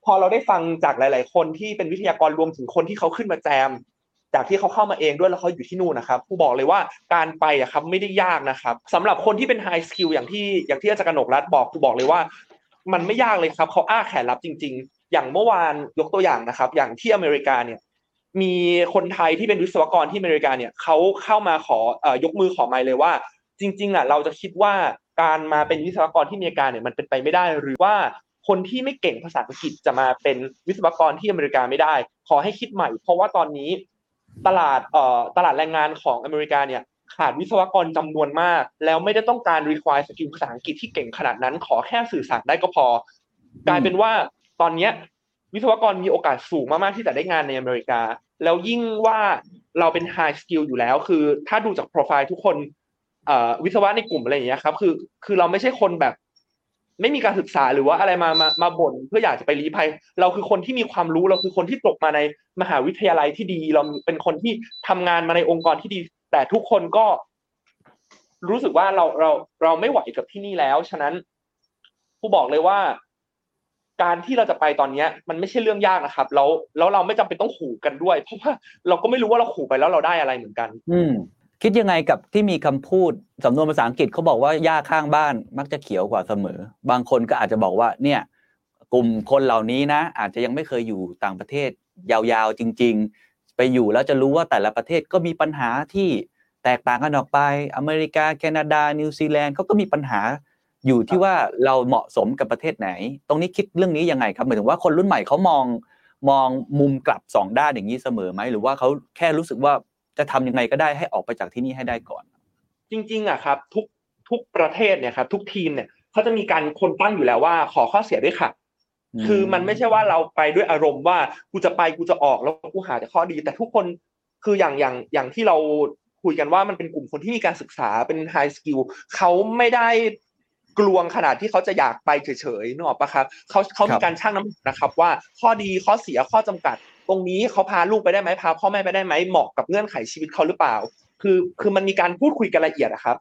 พอเราได้ฟังจากหลายๆคนที่เป็นวิทยากรรวมถึงคนที่เขาขึ้นมาแจมจากที่เขาเข้ามาเองด้วยแล้วเขาอยู่ที่นู่นนะครับผู้บอกเลยว่าการไปอะครับไม่ได้ยากนะครับสำหรับคนที่เป็นไฮสกิลอย่างที่อาจารย์กนกรัตน์บอกผู้บอกเลยว่ามันไม่ยากเลยครับเขาอ้าแขนรับจริงๆอย่างเมื่อวานยกตัวอย่างนะครับอย่างที่อเมริกาเนี่ยมีคนไทยที่เป็นวิศวกรที่อเมริกาเนี่ยเขาเข้ามาขอยกมือขอไมค์เลยว่าจริงๆเราจะคิดว่าการมาเป็นวิศวกรที่อเมริกาเนี่ยมันเป็นไปไม่ได้หรือว่าคนที่ไม่เก่งภาษาอังกฤษจะมาเป็นวิศวกรที่อเมริกาไม่ได้ขอให้คิดใหม่เพราะว่าตอนนี้ตลาดแรงงานของอเมริกาเนี่ยขาดวิศวกรจำนวนมากแล้วไม่ได้ต้องการ require สกิลภาษาอังกฤษที่เก่งขนาดนั้นขอแค่สื่อสารได้ก็พอกลายเป็นว่าตอนนี้วิศวกรมีโอกาสสูงมากๆที่จะได้งานในอเมริกาแล้วยิ่งว่าเราเป็น high skill อยู่แล้วคือถ้าดูจากโปรไฟล์ทุกคนวิศวะในกลุ่มอะไรอย่างเงี้ยครับคือเราไม่ใช่คนแบบไม่มีการศึกษาหรือว่าอะไรมาบ่นเพื่ออยากจะไปลี้ภัยเราคือคนที่มีความรู้เราคือคนที่จบมาในมหาวิทยาลัยที่ดีเราเป็นคนที่ทำงานมาในองค์กรที่ดีแต่ทุกคนก็รู้สึกว่าเราไม่ไหวกับที่นี่แล้วฉะนั้นผู้บอกเลยว่าการที่เราจะไปตอนนี้มันไม่ใช่เรื่องยากนะครับแล้วเราไม่จำเป็นต้องขู่กันด้วยเพราะว่าเราก็ไม่รู้ว่าเราขู่ไปแล้วเราได้อะไรเหมือนกันคิดยังไงกับที่มีคำพูดสำนวนภาษาอังกฤษเขาบอกว่าหญ้าข้างบ้านมักจะเขียวกว่าเสมอบางคนก็อาจจะบอกว่าเนี่ยกลุ่มคนเหล่านี้นะอาจจะยังไม่เคยอยู่ต่างประเทศยาวๆจริงๆไปอยู่แล้วจะรู้ว่าแต่ละประเทศก็มีปัญหาที่แตกต่างกันออกไปอเมริกาแคนาดานิวซีแลนด์เขาก็มีปัญหาอยู่ที่ว่าเราเหมาะสมกับประเทศไหนตรงนี้คิดเรื่องนี้ยังไงครับหมายถึงว่าคนรุ่นใหม่เขามองมุมกลับสองด้านอย่างนี้เสมอไหมหรือว่าเขาแค่รู้สึกว่าจะทำยังไงก็ได้ให้ออกไปจากที่นี่ให้ได้ก่อนจริงๆครับทุกประเทศเนี่ยครับทุกทีมเนี่ยเขาจะมีการคนตั้งอยู่แล้วว่าขอข้อเสียด้วยค่ะคือมันไม่ใช่ว่าเราไปด้วยอารมณ์ว่ากูจะไปกูจะออกแล้วกูหาแต่ข้อดีแต่ทุกคนคืออย่างที่เราคุยกันว่ามันเป็นกลุ่มคนที่มีการศึกษาเป็นไฮสกิลเขาไม่ได้กลวงขนาดที่เขาจะอยากไปเฉยๆนึกออกปะครับเขามีการชั่งน้ำหนักนะครับว่าข้อดีข้อเสียข้อจำกัดตรงนี้เขาพาลูกไปได้ไหมพาพ่อแม่ไปได้ไหมเหมาะกับเงื่อนไขชีวิตเขาหรือเปล่าคือมันมีการพูดคุยกันละเอียดนะครับ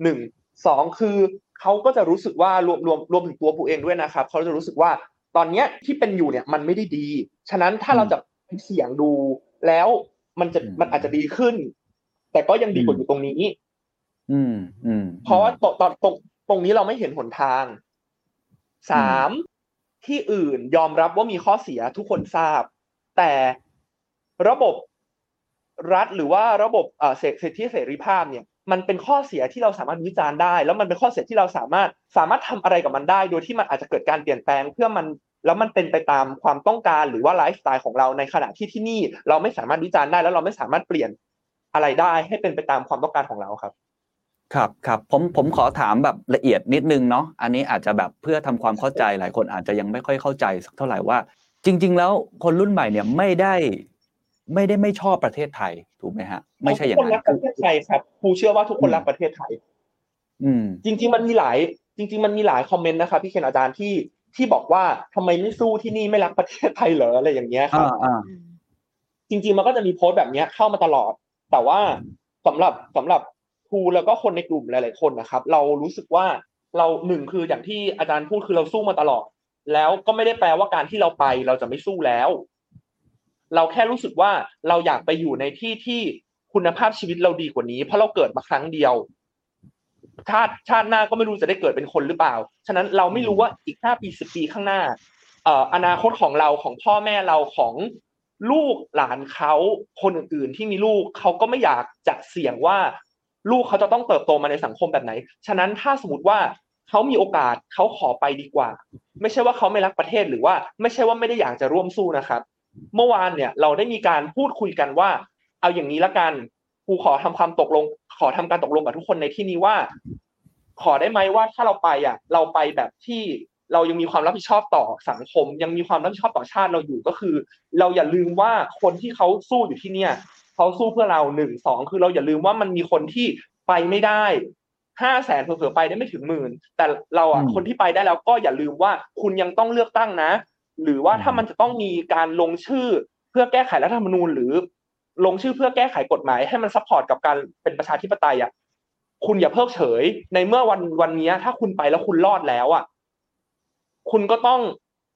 1 2คือเขาก็จะรู้สึกว่ารวมถึงตัวผู้เองด้วยนะครับเขาจะรู้สึกว่าตอนนี้ที่เป็นอยู่เนี่ยมันไม่ได้ดีฉะนั้นถ้าเราจะเสี่ยงดูแล้วมันอาจจะดีขึ้นแต่ก็ยังดีกว่าอยู่ตรงนี้เพราะว่าตรงนี้เราไม่เห็นหนทาง3ที่อื่นยอมรับว่ามีข้อเสียทุกคนทราบแต่ระบบรัฐหรือว่าระบบสิทธิเสรีภาพเนี่ยมันเป็นข้อเสียที่เราสามารถวิจารณ์ได้แล้วมันเป็นข้อเสียที่เราสามารถทำอะไรกับมันได้โดยที่มันอาจจะเกิดการเปลี่ยนแปลงเพื่อมันแล้วมันเป็นไปตามความต้องการหรือว่าไลฟ์สไตล์ของเราในขณะที่นี่เราไม่สามารถวิจารณ์ได้แล้วเราไม่สามารถเปลี่ยนอะไรได้ให้เป็นไปตามความต้องการของเราครับครับผมขอถามแบบละเอียดนิดนึงเนาะอันนี้อาจจะแบบเพื่อทำความเข้าใจหลายคนอาจจะยังไม่ค่อยเข้าใจสักเท่าไหร่ว่าจริงๆแล้วคนรุ่นใหม่เนี่ยไม่ได้ไม่ชอบประเทศไทยถูกไหมฮะไม่ใช่อย่างนั้นทุกคนรักประเทศไทยครับครูเชื่อว่าทุกคนรักประเทศไทยจริงๆมันมีหลายคอมเมนต์นะครับพี่เคนอาจารย์ที่บอกว่าทำไมไม่สู้ที่นี่ไม่รักประเทศไทยเหรออะไรอย่างเงี้ยครับจริงๆมันก็จะมีโพสต์แบบนี้เข้ามาตลอดแต่ว่าสำหรับครูแล้วก็คนในกลุ่มหลายๆคนนะครับเรารู้สึกว่าเรา1คืออย่างที่อาจารย์พูดคือเราสู้มาตลอดแล้วก็ไม่ได้แปลว่าการที่เราไปเราจะไม่สู้แล้วเราแค่รู้สึกว่าเราอยากไปอยู่ในที่คุณภาพชีวิตเราดีกว่านี้เพราะเราเกิดมาครั้งเดียวชาติหน้าก็ไม่รู้จะได้เกิดเป็นคนหรือเปล่าฉะนั้นเราไม่รู้ว่าอีก5 ปี10 ปีข้างหน้าอนาคตของเราของพ่อแม่เราของลูกหลานเขาคนอื่นๆที่มีลูกเขาก็ไม่อยากจะเสี่ยงว่าลูกเขาจะต้องเติบโตมาในสังคมแบบไหนฉะนั้นถ้าสมมติว่าเขามีโอกาสเขาขอไปดีกว่าไม่ใช่ว่าเขาไม่รักประเทศหรือว่าไม่ใช่ว่าไม่ได้อยากจะร่วมสู้นะครับเมื่อวานเนี่ยเราได้มีการพูดคุยกันว่าเอาอย่างนี้ละกันครูขอทำการตกลงกับทุกคนในที่นี้ว่าขอได้ไหมว่าถ้าเราไปเราไปแบบที่เรายังมีความรับผิดชอบต่อสังคมยังมีความรับผิดชอบต่อชาติเราอยู่ก็คือเราอย่าลืมว่าคนที่เขาสู้อยู่ที่เนี่ยเขาสู้เพื่อเรา1 2คือเราอย่าลืมว่ามันมีคนที่ไปไม่ได้500,000เผื่อไปได้ไม่ถึง10,000แต่เราคนที่ไปได้แล้วก็อย่าลืมว่าคุณยังต้องเลือกตั้งนะหรือว่าถ้ามันจะต้องมีการลงชื่อเพื่อแก้ไขรัฐธรรมนูญหรือลงชื่อเพื่อแก้ไขกฎหมายให้มันซัพพอร์ตกับการเป็นประชาธิปไตยคุณอย่าเพิกเฉยในเมื่อวันนี้ถ้าคุณไปแล้วคุณรอดแล้วคุณก็ต้อง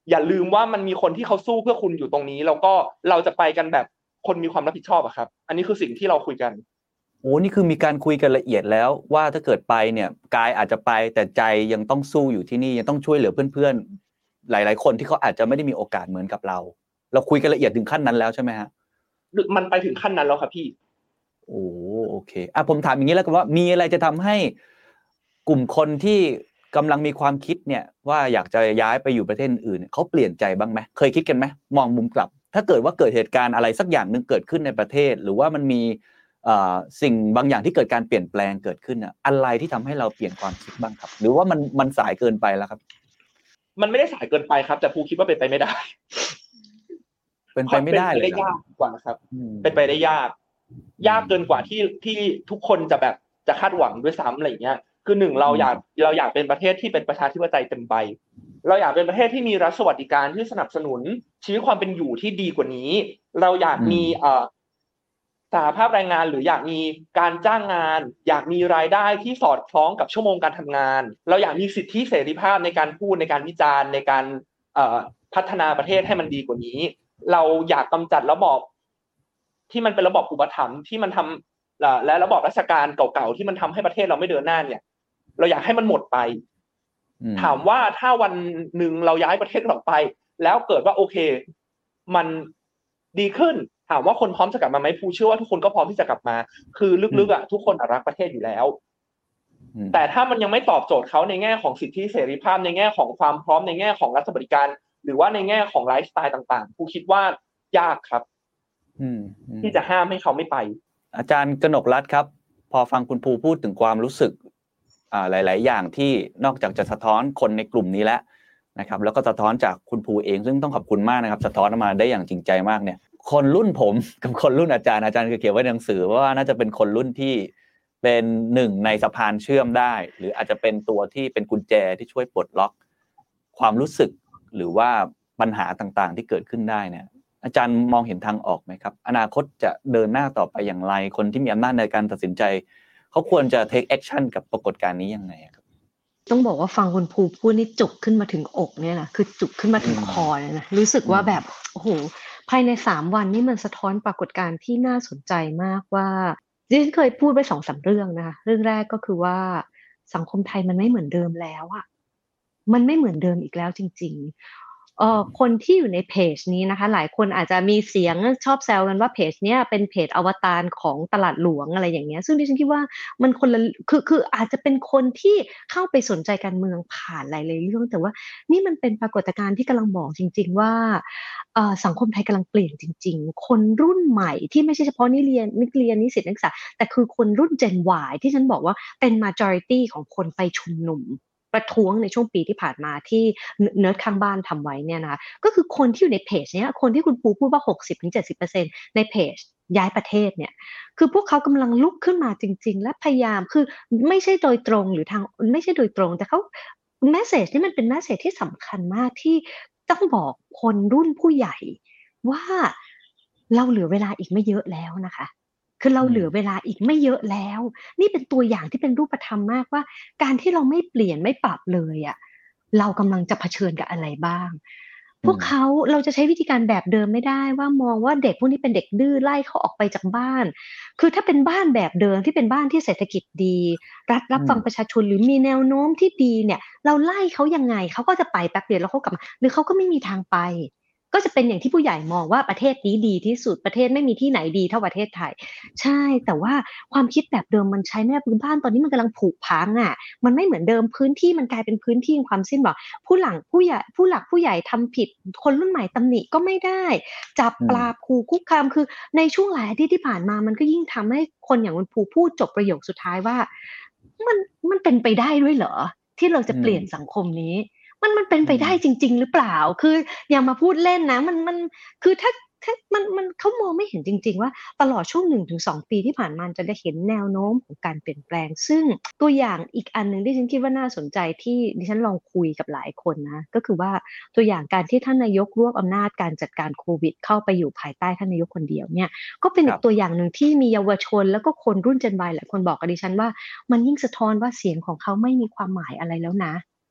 อย่าลืมว่ามันมีคนที่เขาสู้เพื่อคุณอยู่ตรงนี้แล้วก็เราจะไปกันแบบคนมีความรับผิดชอบอะครับอันนี้คือสิ่งที่เราคุยกันโอ้นี่คือมีการคุยกันละเอียดแล้วว่าถ้าเกิดไปเนี่ยกายอาจจะไปแต่ใจยังต้องสู้อยู่ที่นี่ยังต้องช่วยเหลือเพื่อนๆหลายๆคนที่เขาอาจจะไม่ได้มีโอกาสเหมือนกับเราคุยกันละเอียดถึงขั้นนั้นแล้วใช่ไหมฮะมันไปถึงขั้นนั้นแล้วครับพี่โอเคผมถามอย่างนี้แล้วกันว่ามีอะไรจะทำให้กลุ่มคนที่กำลังมีความคิดเนี่ยว่าอยากจะย้ายไปอยู่ประเทศอื่นเขาเปลี่ยนใจบ้างไหมเคยคิดกันไหมมองมุมกลับถ้าเกิดว่าเกิดเหตุการณ์อะไรสักอย่างนึงเกิดขึ้นในประเทศหรือว่ามันมีสิ่งบางอย่างที่เกิดการเปลี่ยนแปลงเกิดขึ้นอะไรที่ทำให้เราเปลี่ยนความคิดบ้างครับหรือว่ามันสายเกินไปแล้วครับมันไม่ได้สายเกินไปครับแต่ภูคิดว่าเป็นไปไม่ได้เป็นไปไม่ได้เลยยากกว่าครับเป็นไปได้ยากเกินกว่าที่ทุกคนจะแบบจะคาดหวังด้วยซ้ำอะไรอย่างเงี้ยคือหนึ่งเราอยากเป็นประเทศที่เป็นประชาธิปไตยเต็มใบเราอยากเป็นประเทศที่มีรัฐสวัสดิการที่สนับสนุนชีวิตความเป็นอยู่ที่ดีกว่านี้เราอยากมีสหภาพแรงงานหรืออยากมีการจ้างงานอยากมีรายได้ที่สอดคล้องกับชั่วโมงการทำงานเราอยากมีสิทธิเสรีภาพในการพูดในการวิจารณ์ในการพัฒนาประเทศให้มันดีกว่านี้เราอยากกำจัดระบอบที่มันเป็นระบอบอุปถัมภ์ที่มันทำและระบอบราชการเก่าๆที่มันทำให้ประเทศเราไม่เดินหน้าเนี่ยเราอยากให้มันหมดไปถามว่าถ้าวันหนึ่งเราย้ายประเทศเราไปแล้วเกิดว่าโอเคมันดีขึ้นถามว่าคนพร้อมจะกลับมาไหมผู้เชื่อว่าทุกคนก็พร้อมที่จะกลับมาคือลึกๆทุกคนรักประเทศอยู่แล้วแต่ถ้ามันยังไม่ตอบโจทย์เขาในแง่ของสิทธิเสรีภาพในแง่ของความพร้อมในแง่ของรัฐบริการหรือว่าในแง่ของไลฟ์สไตล์ต่างๆผู้คิดว่ายากครับที่จะห้ามให้เขาไม่ไปอาจารย์กนกรัตน์ครับพอฟังคุณภูพูดถึงความรู้สึกหลายๆอย่างที่นอกจากจะสะท้อนคนในกลุ่มนี้แล้วนะครับแล้วก็สะท้อนจากคุณภูเองซึ่งต้องขอบคุณมากนะครับสะท้อนมาได้อย่างจริงใจมากเนี่ยคนรุ่นผมกับคนรุ่นอาจารย์เคยเขียนไว้ในหนังสือว่าน่าจะเป็นคนรุ่นที่เป็นหนึ่งในสะพานเชื่อมได้หรืออาจจะเป็นตัวที่เป็นกุญแจที่ช่วยปลดล็อกความรู้สึกหรือว่าปัญหาต่างๆที่เกิดขึ้นได้เนี่ยอาจารย์มองเห็นทางออกไหมครับอนาคตจะเดินหน้าต่อไปอย่างไรคนที่มีอำนาจในการตัดสินใจเขาควรจะ take action กับปรากฏการณ์นี้ยังไงครับต้องบอกว่าฟังคุณภูพูดนี่จุกขึ้นมาถึงอกเนี่ยนะคือจุกขึ้นมาถึงคอเลยนะรู้สึกว่าแบบโอ้โหภายใน3 วันนี่มันสะท้อนปรากฏการณ์ที่น่าสนใจมากว่าดิฉันเคยพูดไป2-3เรื่องนะคะเรื่องแรกก็คือว่าสังคมไทยมันไม่เหมือนเดิมแล้วอ่ะมันไม่เหมือนเดิมอีกแล้วจริงๆคนที่อยู่ในเพจนี้นะคะหลายคนอาจจะมีเสียงชอบแซวกันว่าเพจเนี้ยเป็นเพจอวตารของตลาดหลวงอะไรอย่างเงี้ยซึ่งดิฉันคิดว่ามันคนละคืออาจจะเป็นคนที่เข้าไปสนใจการเมืองผ่านหลายๆเรื่องแต่ว่านี่มันเป็นปรากฏการณ์ที่กำลังบอกจริงๆว่าสังคมไทยกำลังเปลี่ยนจริงๆคนรุ่นใหม่ที่ไม่ใช่เฉพาะนักเรียนนิสิตนักศึกษาแต่คือคนรุ่น Gen Y ที่ฉันบอกว่าเป็น majority ของคนไปชุมนุมประท้วงในช่วงปีที่ผ่านมาที่เนิร์ดข้างบ้านทำไว้เนี่ยนะคะก็คือคนที่อยู่ในเพจเนี้ยคนที่คุณปูพูดว่า 60-70% ในเพจย้ายประเทศเนี่ยคือพวกเขากำลังลุกขึ้นมาจริงๆและพยายามคือไม่ใช่โดยตรงหรือทางไม่ใช่โดยตรงแต่เขาแมสเสจนี่มันเป็นแมสเสจที่สำคัญมากที่ต้องบอกคนรุ่นผู้ใหญ่ว่าเราเหลือเวลาอีกไม่เยอะแล้วนะคะคือเราเหลือเวลาอีกไม่เยอะแล้วนี่เป็นตัวอย่างที่เป็นรูปธรรมมากว่าการที่เราไม่เปลี่ยนไม่ปรับเลยอ่ะเรากำลังจะเผชิญกับอะไรบ้างพวกเขาเราจะใช้วิธีการแบบเดิมไม่ได้ว่ามองว่าเด็กพวกนี้เป็นเด็กดื้อไล่เขาออกไปจากบ้านคือถ้าเป็นบ้านแบบเดิมที่เป็นบ้านที่เศรษฐกิจดีรัฐรับฟังประชาชนหรือมีแนวโน้มที่ดีเนี่ยเราไล่เขายังไงเขาก็จะไปแป๊บเดียวแล้วเขากลับมาหรือเขาก็ไม่มีทางไปก็จะเป็นอย่างที่ผู้ใหญ่มองว่าประเทศนี้ดีที่สุดประเทศไม่มีที่ไหนดีเท่าประเทศไทยใช่แต่ว่าความคิดแบบเดิมมันใช้ไม่ได้พื้นบ้านตอนนี้มันกำลังผุพังอ่ะมันไม่เหมือนเดิมพื้นที่มันกลายเป็นพื้นที่ความสิ้นหวังผู้หลักผู้ใหญ่ทำผิดคนรุ่นใหม่ตำหนิก็ไม่ได้จับปราบขู่คุกคามคือในช่วงหลายอาทิตย์ที่ผ่านมามันก็ยิ่งทำให้คนอย่างคุณภูพูดจบประโยคสุดท้ายว่ามันเป็นไปได้ด้วยเหรอที่เราจะเปลี่ยนสังคมนี้มันเป็นไปได้จริงๆหรือเปล่าคืออย่ามาพูดเล่นนะมันคือถ้ามันเขามองไม่เห็นจริงๆว่าตลอดช่วง 1-2 ปีที่ผ่านมาจะได้เห็นแนวโน้มของการเปลี่ยนแปลงซึ่งตัวอย่างอีกอันนึงที่ฉันคิดว่าน่าสนใจที่ดิฉันลองคุยกับหลายคนนะก็คือว่าตัวอย่างการที่ท่านนายกรวบอำนาจการจัดการโควิดเข้าไปอยู่ภายใต้ท่านนายกคนเดียวเนี่ยก็เป็นอีกตัวอย่างนึงที่มีเยาวชนแล้วก็คนรุ่น Gen Y หลายคนบอกกับดิฉันว่ามันยิ่งสะท้อนว่าเสียงของเขาไม่มีความหมายอะไรแล้วนะ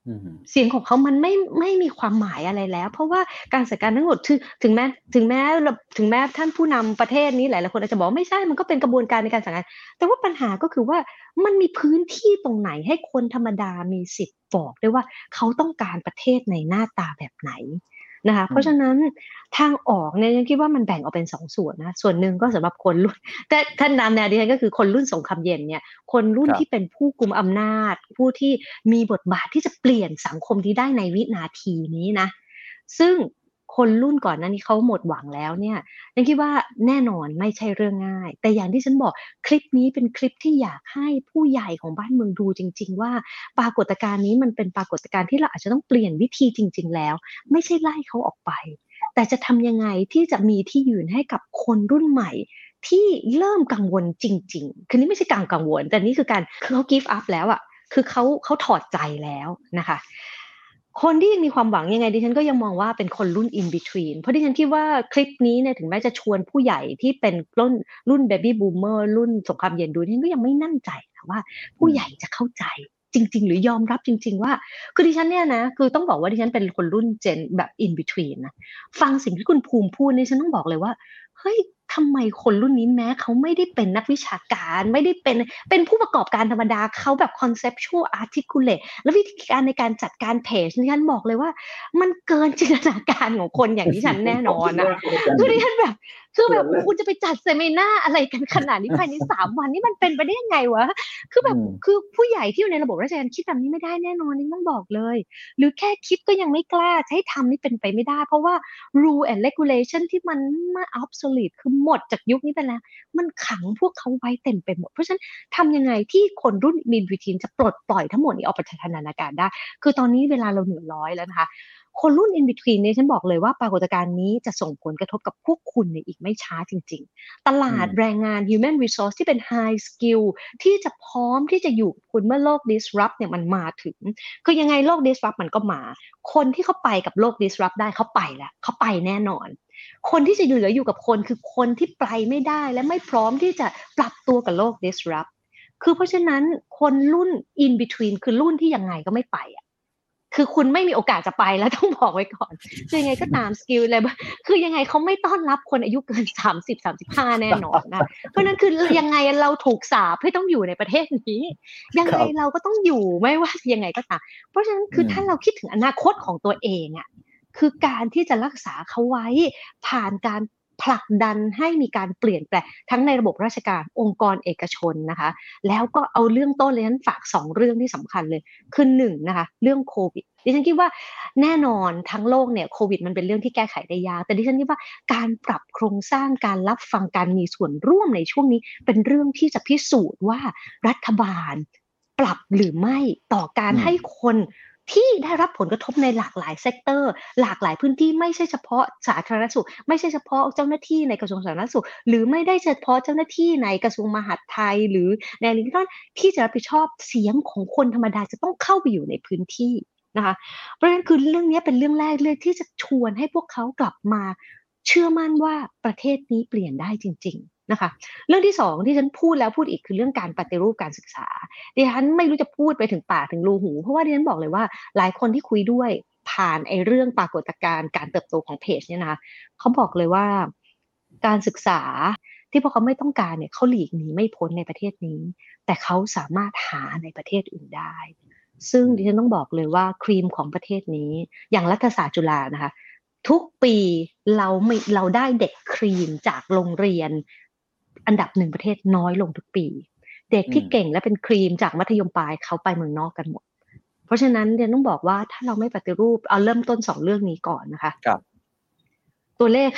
เสียงของเขามันไม่มีความหมายอะไรแล้วเพราะว่าการจัดการทั้งหมดถึงแม้ท่านผู้นำประเทศนี้หลายๆคนอาจจะบอกไม่ใช่มันก็เป็นกระบวนการในการจัดการแต่ว่าปัญหาก็คือว่ามันมีพื้นที่ตรงไหนให้คนธรรมดามีสิทธิ์บอกได้ว่าเขาต้องการประเทศในหน้าตาแบบไหนนะคะเพราะฉะนั้นทางออกเนี่ยฉันคิดว่ามันแบ่งออกเป็น2ส่วนนะส่วนหนึ่งก็สำหรับคนรุ่นแต่ท่านนำแนวดิฉันก็คือคนรุ่นสงครามเย็นเนี่ยคนรุ่นที่เป็นผู้กุมอำนาจผู้ที่มีบทบาทที่จะเปลี่ยนสังคมที่ได้ในวินาทีนี้นะซึ่งคนรุ่นก่อนหน้านี้เขาหมดหวังแล้วเนี่ยฉันคิดว่าแน่นอนไม่ใช่เรื่องง่ายแต่อย่างที่ฉันบอกคลิปนี้เป็นคลิปที่อยากให้ผู้ใหญ่ของบ้านเมืองดูจริงๆว่าปรากฏการณ์นี้มันเป็นปรากฏการณ์ที่เราอาจจะต้องเปลี่ยนวิธีจริงๆแล้วไม่ใช่ไล่เขาออกไปแต่จะทำยังไงที่จะมีที่ยืนให้กับคนรุ่นใหม่ที่เริ่มกังวลจริงๆคือนี่ไม่ใช่การกังวลแต่นี่คือเขา give up แล้วอ่ะคือเขาถอดใจแล้วนะคะคนที่ยังมีความหวังยังไงดิฉันก็ยังมองว่าเป็นคนรุ่น in between เพราะดิฉันคิดว่าคลิปนี้เนี่ยถึงแม้จะชวนผู้ใหญ่ที่เป็นรุ่น baby boomer รุ่นสงครามเย็นดูดิฉันก็ยังไม่มั่นใจนะว่าผู้ใหญ่จะเข้าใจจริงๆหรือยอมรับจริงๆว่าคือดิฉันเนี่ยนะคือต้องบอกว่าดิฉันเป็นคนรุ่นเจนแบบ in between นะฟังสิ่งที่คุณภูมิพูดนี่ฉันต้องบอกเลยว่าเฮ้ยทำไมคนรุ่นนี้แม้เขาไม่ได้เป็นนักวิชาการไม่ได้เป็นผู้ประกอบการธรรมดาเขาแบบ conceptual articulate แล้ววิธีการในการจัดการเพจดิฉันบอกเลยว่ามันเกินจินตนาการของคนอย่างที่ฉันแน่นอนนะคือดิฉันแบบคุณจะไปจัดเซมินาอะไรกันขนาดนี้ภายใน3 วันนี่มันเป็นไปได้ยังไงวะคือผู้ใหญ่ที่อยู่ในระบบราชการคิดแบบนี้ไม่ได้แน่นอนนี่ต้องบอกเลยหรือแค่คิดก็ยังไม่กล้าใช้ทำนี่เป็นไปไม่ได้เพราะว่า rule and regulation ที่มันobsolete คือหมดจากยุคนี้ไปแล้วมันขังพวกเขาไว้เต็มไปหมดเพราะฉะนั้นทำยังไงที่คนรุ่นมินวิทีนจะปลดปล่อยทั้งหมดนี้ออกไปจากพันธนาการได้คือตอนนี้เวลาเราเหลือ100แล้วนะคะคนรุ่น in between เนี่ยฉันบอกเลยว่าปรากฏการณ์นี้จะส่งผลกระทบกับพวกคุณในอีกไม่ช้าจริงๆตลาดแรงงาน human resource ที่เป็น high skill ที่จะพร้อมที่จะอยู่คุณเมื่อโลก disrupt เนี่ยมันมาถึงคือยังไงโลก disrupt มันก็มาคนที่เขาไปกับโลก disrupt ได้เขาไปแล้วเขาไปแน่นอนคนที่จะอยู่เหลืออยู่กับคนคือคนที่ไปไม่ได้และไม่พร้อมที่จะปรับตัวกับโลก disrupt คือเพราะฉะนั้นคนรุ่น in between คือรุ่นที่ยังไงก็ไม่ไปอ่ะคือคุณไม่มีโอกาสจะไปแล้วต้องบอกไว้ก่อนยังไงก็ตามสกิลเลยคือยังไงเขาไม่ต้อนรับคนอายุเกิน30-35แน่นอนนะเพราะนั้นคือยังไงเราถูกสาปให้ต้องอยู่ในประเทศนี้ยังไงเราก็ต้องอยู่ไม่ว่ายังไงก็ตามเพราะฉะนั้นคือถ้าเราคิดถึงอนาคตของตัวเองอ่ะคือการที่จะรักษาเขาไว้ผ่านการผลักดันให้มีการเปลี่ยนแปลงทั้งในระบบราชการองค์กรเอกชนนะคะแล้วก็เอาเรื่องต้นเลยฉันฝาก2เรื่องที่สำคัญเลยคือ1นะคะเรื่องโควิดดิฉันคิดว่าแน่นอนทั้งโลกเนี่ยโควิดมันเป็นเรื่องที่แก้ไขได้ยากแต่ดิฉันคิดว่าการปรับโครงสร้างการรับฟังการมีส่วนร่วมในช่วงนี้เป็นเรื่องที่จะพิสูจน์ว่ารัฐบาลปรับหรือไม่ต่อการให้คนที่ได้รับผลกระทบในหลากหลายเซกเตอร์หลากหลายพื้นที่ไม่ใช่เฉพาะสาธารณสุขไม่ใช่เฉพาะเจ้าหน้าที่ในกระทรวงสาธารณสุขหรือไม่ได้เฉพาะเจ้าหน้าที่ในกระทรวงมหาดไทยหรือในอะไรที่จะรับผิดชอบเสียงของคนธรรมดาจะต้องเข้าไปอยู่ในพื้นที่นะคะเพราะฉะนั้นคือเรื่องนี้เป็นเรื่องแรกเลยที่จะชวนให้พวกเขากลับมาเชื่อมั่นว่าประเทศนี้เปลี่ยนได้จริงๆนะคะเรื่องที่2ที่ฉันพูดแล้วพูดอีกคือเรื่องการปฏิรูปการศึกษาดิฉันไม่รู้จะพูดไปถึงปากถึงรูหูเพราะว่าดิฉันบอกเลยว่าหลายคนที่คุยด้วยผ่านไอ้เรื่องปรากฏการณ์การเติบโตของเพจเนี่ยนะคะเขาบอกเลยว่าการศึกษาที่พวกเขาไม่ต้องการเนี่ยเขาหลีกหนีไม่พ้นในประเทศนี้แต่เขาสามารถหาในประเทศอื่นได้ซึ่งดิฉันต้องบอกเลยว่าครีมของประเทศนี้อย่างรัฐศาสตร์จุฬานะคะทุกปีเราได้เด็กครีมจากโรงเรียนอันดับ1ประเทศน้อยลงทุกปีเด็กที่เก่งและเป็นครีมจากมัธยมปลายเขาไปเมืองนอกกันหมดเพราะฉะนั้นเดี๋ยวต้องบอกว่าถ้าเราไม่ปฏิรูปเอาเริ่มต้น2เรื่องนี้ก่อนนะคะครับตัวเลข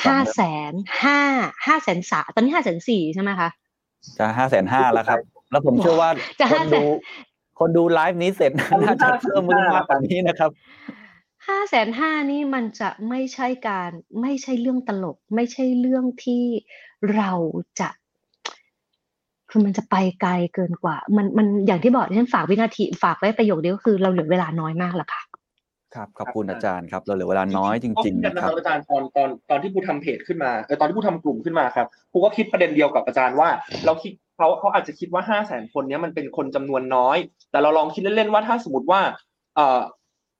500,000 ตอนนี้504,000ใช่ไหมคะจะ550,000แล้วครับแล้วผมเชื่อว่าคนดูไลฟ์นี้เสร็จน่าจะเพิ่มมากกว่านี้นะครับ 550,000นี่มันจะไม่ใช่เรื่องตลกไม่ใช่เรื่องที่เราจะคือมันจะไปไกลเกินกว่ามันอย่างที่บอกฉันฝากวินาทีฝากไว้ประโยคเดียวก็คือเราเหลือเวลาน้อยมากแล้วค่ะครับขอบคุณอาจารย์ครับเราเหลือเวลาน้อยจริงๆนะครับอาจารย์ตอนที่ผู้ทำเพจขึ้นมาตอนที่ผู้ทำกลุ่มขึ้นมาครับผู้ก็คิดประเด็นเดียวกับอาจารย์ว่าเราคิดเขาอาจจะคิดว่า500,000 คนนี้มันเป็นคนจำนวนน้อยแต่เราลองคิดเล่นๆว่าถ้าสมมติว่า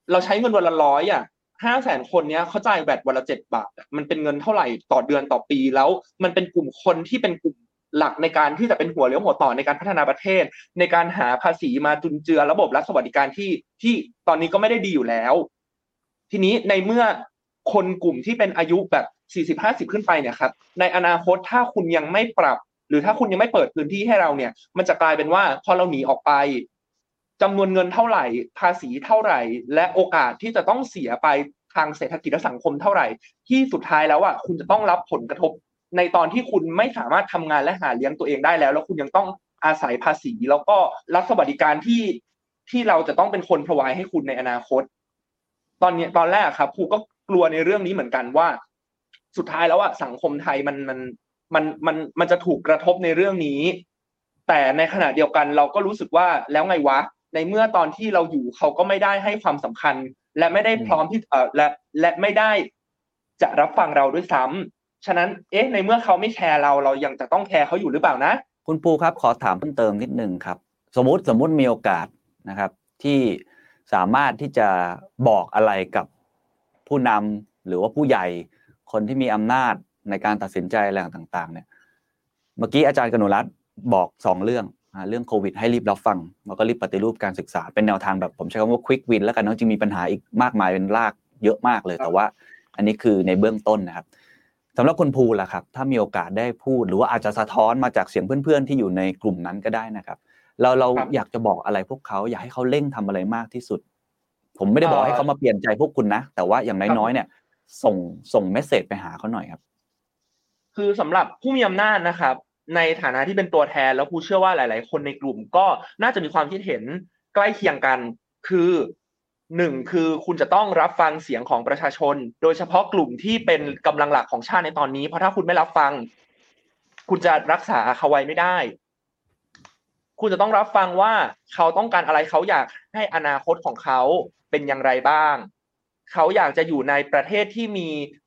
เราใช้เงินวันละ100อ่ะ500,000 คนเนี้ยเขาจ่ายแวตวันละ7 บาทมันเป็นเงินเท่าไหร่ต่อเดือนต่อปีแล้วมันเป็นกลุ่มคนที่เป็นกลุ่มหลักในการที่จะเป็นหัวเลี้ยวหัวต่อในการพัฒนาประเทศในการหาภาษีมาจุนเจือระบบรัฐสวัสดิการที่ตอนนี้ก็ไม่ได้ดีอยู่แล้วทีนี้ในเมื่อคนกลุ่มที่เป็นอายุแบบ40-50ขึ้นไปเนี่ยครับในอนาคตถ้าคุณยังไม่ปรับหรือถ้าคุณยังไม่เปิดพื้นที่ให้เราเนี่ยมันจะกลายเป็นว่าพอเราหนีออกไปจำนวนเงินเท่าไหร่ภาษีเท่าไหร่และโอกาสที่จะต้องเสียไปทางเศรษฐกิจและสังคมเท่าไหร่ที่สุดท้ายแล้วอ่ะคุณจะต้องรับผลกระทบในตอนที่คุณไม่สามารถทำงานและหาเลี้ยงตัวเองได้แล้วคุณยังต้องอาศัยภาษีแล้วก็รัฐสวัสดิการที่เราจะต้องเป็นคนพรอไวด์ให้คุณในอนาคตตอนแรกครับครูก็กลัวในเรื่องนี้เหมือนกันว่าสุดท้ายแล้วอ่ะสังคมไทยมันจะถูกกระทบในเรื่องนี้แต่ในขณะเดียวกันเราก็รู้สึกว่าแล้วไงวะในเมื่อตอนที่เราอยู่เขาก็ไม่ได้ให้ความสำคัญและไม่ได้พร้อมที่และไม่ได้จะรับฟังเราด้วยซ้ำฉะนั้นในเมื่อเขาไม่แคร์เรายังจะต้องแคร์เขาอยู่หรือเปล่านะคุณปูครับขอถามเพิ่มเติมนิดนึงครับสมมุติมีโอกาสนะครับที่สามารถที่จะบอกอะไรกับผู้นำหรือว่าผู้ใหญ่คนที่มีอำนาจในการตัดสินใจอะไรต่างๆเนี่ยเมื่อกี้อาจารย์กนกรัตน์บอก2เรื่องโควิดให้รีบรับฟังแล้วก็รีบปฏิรูปการศึกษาเป็นแนวทางแบบผมใช้คำว่าควิกวินแล้วกันจริงมีปัญหาอีกมากมายเป็นรากเยอะมากเลยแต่ว่าอันนี้คือในเบื้องต้นนะครับสำหรับคุณภูล่ะครับถ้ามีโอกาสได้พูดหรือว่าอาจจะสะท้อนมาจากเสียงเพื่อนๆที่อยู่ในกลุ่มนั้นก็ได้นะครับเราอยากจะบอกอะไรพวกเขาอยากให้เขาเร่งทำอะไรมากที่สุดผมไม่ได้บอกให้เขามาเปลี่ยนใจพวกคุณนะแต่ว่าอย่างน้อยๆเนี่ยส่งเมสเสจไปหาเขาหน่อยครับคือสำหรับผู้มีอำนาจนะครับในฐานะที่เป็นตัวแทนแล้วผู้เชื่อว่าหลายๆคนในกลุ่มก็น่าจะมีความคิดเห็นใกล้เคียงกันคือ1คือคุณจะต้องรับฟังเสียงของประชาชนโดยเฉพาะกลุ่มที่เป็นกำลังหลักของชาติในตอนนี้เพราะถ้าคุณไม่รับฟังคุณจะรักษาเขาไว้ไม่ได้คุณจะต้องรับฟังว่าเขาต้องการอะไรเขาอยากให้อนาคตของเขาเป็นอย่างไรบ้างเขาอยากจะอยู่ในประเทศที่มี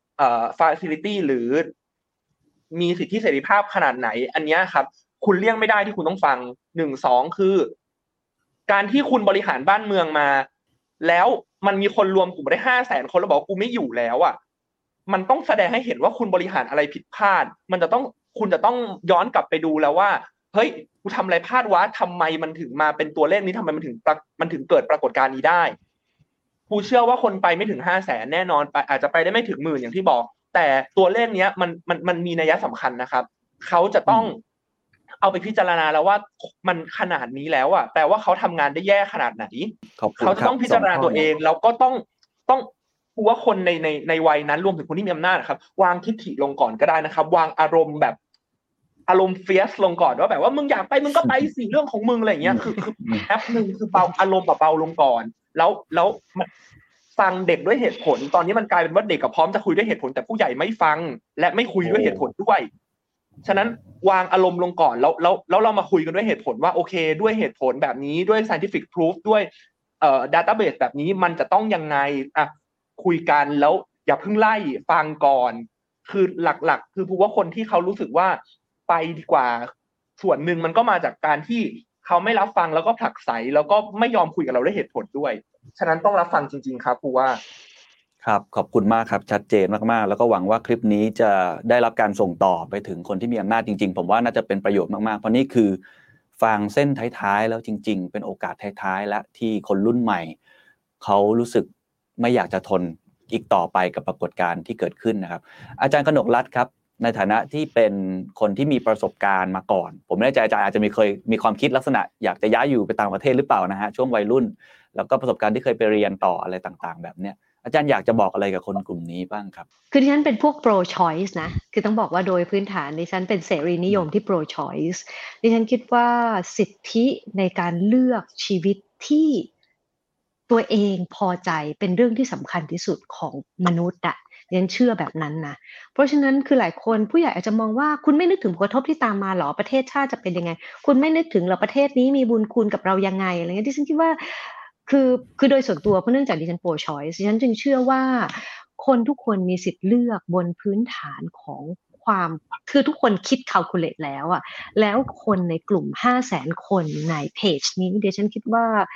facility หรือมีสิทธิเสรีภาพขนาดไหนอันนี้ครับคุณเลี่ยงไม่ได้ที่คุณต้องฟัง1-2คือการที่คุณบริหารบ้านเมืองมาแล้วมันมีคนรวมกลุ่มได้500,000 คนแล้วบอกกูไม่อยู่แล้วอ่ะมันต้องแสดงให้เห็นว่าคุณบริหารอะไรผิดพลาดคุณจะต้องย้อนกลับไปดูแล้วว่าเฮ้ยกูทำอะไรพลาดวะทำไมมันถึงมาเป็นตัวเลขนี้ทำไมมันถึงเกิดปรากฏการณ์นี้ได้กูเชื่อว่าคนไปไม่ถึง500,000แน่นอนอาจจะไปได้ไม่ถึง10,000อย่างที่บอกแต่ตัวเลขเนี้ยมันมีนัยสำคัญนะครับเขาจะต้องเอาไปพิจารณาแล้วว่ามันขนาดนี้แล้วอ่ะแปลว่าเขาทำงานได้แย่ขนาดไหนเขาจะต้องพิจารณาตัวเองแล้วก็ต้องว่าคนในวัยนั้นรวมถึงคนที่มีอำนาจครับวางทิฐิลงก่อนก็ได้นะครับวางอารมณ์แบบอารมณ์เฟียสลงก่อนว่าแบบว่ามึงอยากไปมึงก็ไปสิเรื่องของมึงอะไรอย่างเงี้ยคือแอปนึงคือเบาอารมณ์เบาลงก่อนแล้วฟังเด็กด้วยเหตุผลตอนนี้มันกลายเป็นว่าเด็กพร้อมจะคุยด้วยเหตุผลแต่ผู้ใหญ่ไม่ฟังและไม่คุยด้วยเหตุผลด้วยฉะนั้นวางอารมณ์ลงก่อนแล้วเรามาคุยกันด้วยเหตุผลว่าโอเคด้วยเหตุผลแบบนี้ด้วย scientific proof ด้วยdatabase แบบนี้มันจะต้องยังไงคุยกันแล้วอย่าเพิ่งไล่ฟังก่อนคือหลักๆคือพูดว่าคนที่เขารู้สึกว่าไปดีกว่าส่วนหนึ่งมันก็มาจากการที่เขาไม่รับฟังแล้วก็ผลักไสแล้วก็ไม่ยอมคุยกับเราด้วยเหตุผลด้วยฉะนั้นต้องรับฟังจริงๆครับครูว่าครับขอบคุณมากครับชัดเจนมากๆแล้วก็หวังว่าคลิปนี้จะได้รับการส่งต่อไปถึงคนที่มีอำนาจจริงๆผมว่าน่าจะเป็นประโยชน์มากๆเพราะนี่คือฟังเส้นท้ายๆแล้วจริงๆเป็นโอกาสท้ายๆและที่คนรุ่นใหม่เขารู้สึกไม่อยากจะทนอีกต่อไปกับปรากฏการณ์ที่เกิดขึ้นนะครับอาจารย์กนกรัตน์ครับในฐานะที่เป็นคนที่มีประสบการณ์มาก่อนผมไม่แน่ใจอาจารย์อาจจะเคยมีความคิดลักษณะอยากจะย้ายอยู่ไปต่างประเทศหรือเปล่านะฮะช่วงวัยรุ่นแล้วก็ประสบการณ์ที่เคยไปเรียนต่ออะไรต่างๆแบบเนี้ยอาจารย์อยากจะบอกอะไรกับคนกลุ่มนี้บ้างครับคือดิฉันเป็นพวก pro choice นะคือต้องบอกว่าโดยพื้นฐานดิฉันเป็นเสรีนิยมที่ pro choice ดิฉันคิดว่าสิทธิในการเลือกชีวิตที่ตัวเองพอใจเป็นเรื่องที่สำคัญที่สุดของมนุษย์อะดิฉันเชื่อแบบนั้นนะเพราะฉะนั้นคือหลายคนผู้ใหญ่อาจจะมองว่าคุณไม่นึกถึงผลกระทบที่ตามมาหรอประเทศชาติจะเป็นยังไงคุณไม่นึกถึงหรอประเทศนี้มีบุญคุณกับเรายังไงอะไรเงี้ยดิฉันคิดว่าคือโดยส่วนตัวเพราะเนื่องจากดิฉันโปรชอยส์ดิฉันจึงเชื่อว่าคนทุกคนมีสิทธิ์เลือกบนพื้นฐานของความคือทุกคนคิด calculate แล้วอะแล้วคนในกลุ่ม500,000 คนในเพจนี้ดิฉันคิดว่า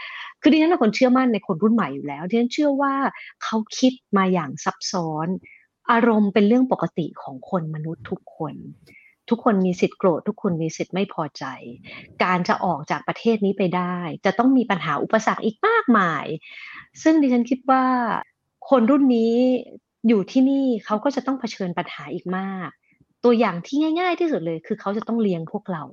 คือดิฉันเป็นคนเชื่อมั่นในคนรุ่นใหม่อยู่แล้วดิฉันเชื่อว่าเขาคิดมาอย่างซับซ้อนอารมณ์เป็นเรื่องปกติของคนมนุษย์ทุกคนมีสิทธิ์โกรธทุกคนมีสิทธิ์ไม่พอใจการจะออกจากประเทศนี้ไปได้จะต้องมีปัญหาอุปสรรคอีกมากมายซึ่งดิฉันคิดว่าคนรุ่นนี้อยู่ที่นี่เขาก็จะต้องเผชิญปัญหาอีกมากตัวอย่างที่ง่ายๆที่สุดเลยคือเขาจะต้องเลี้ยงพวกเรา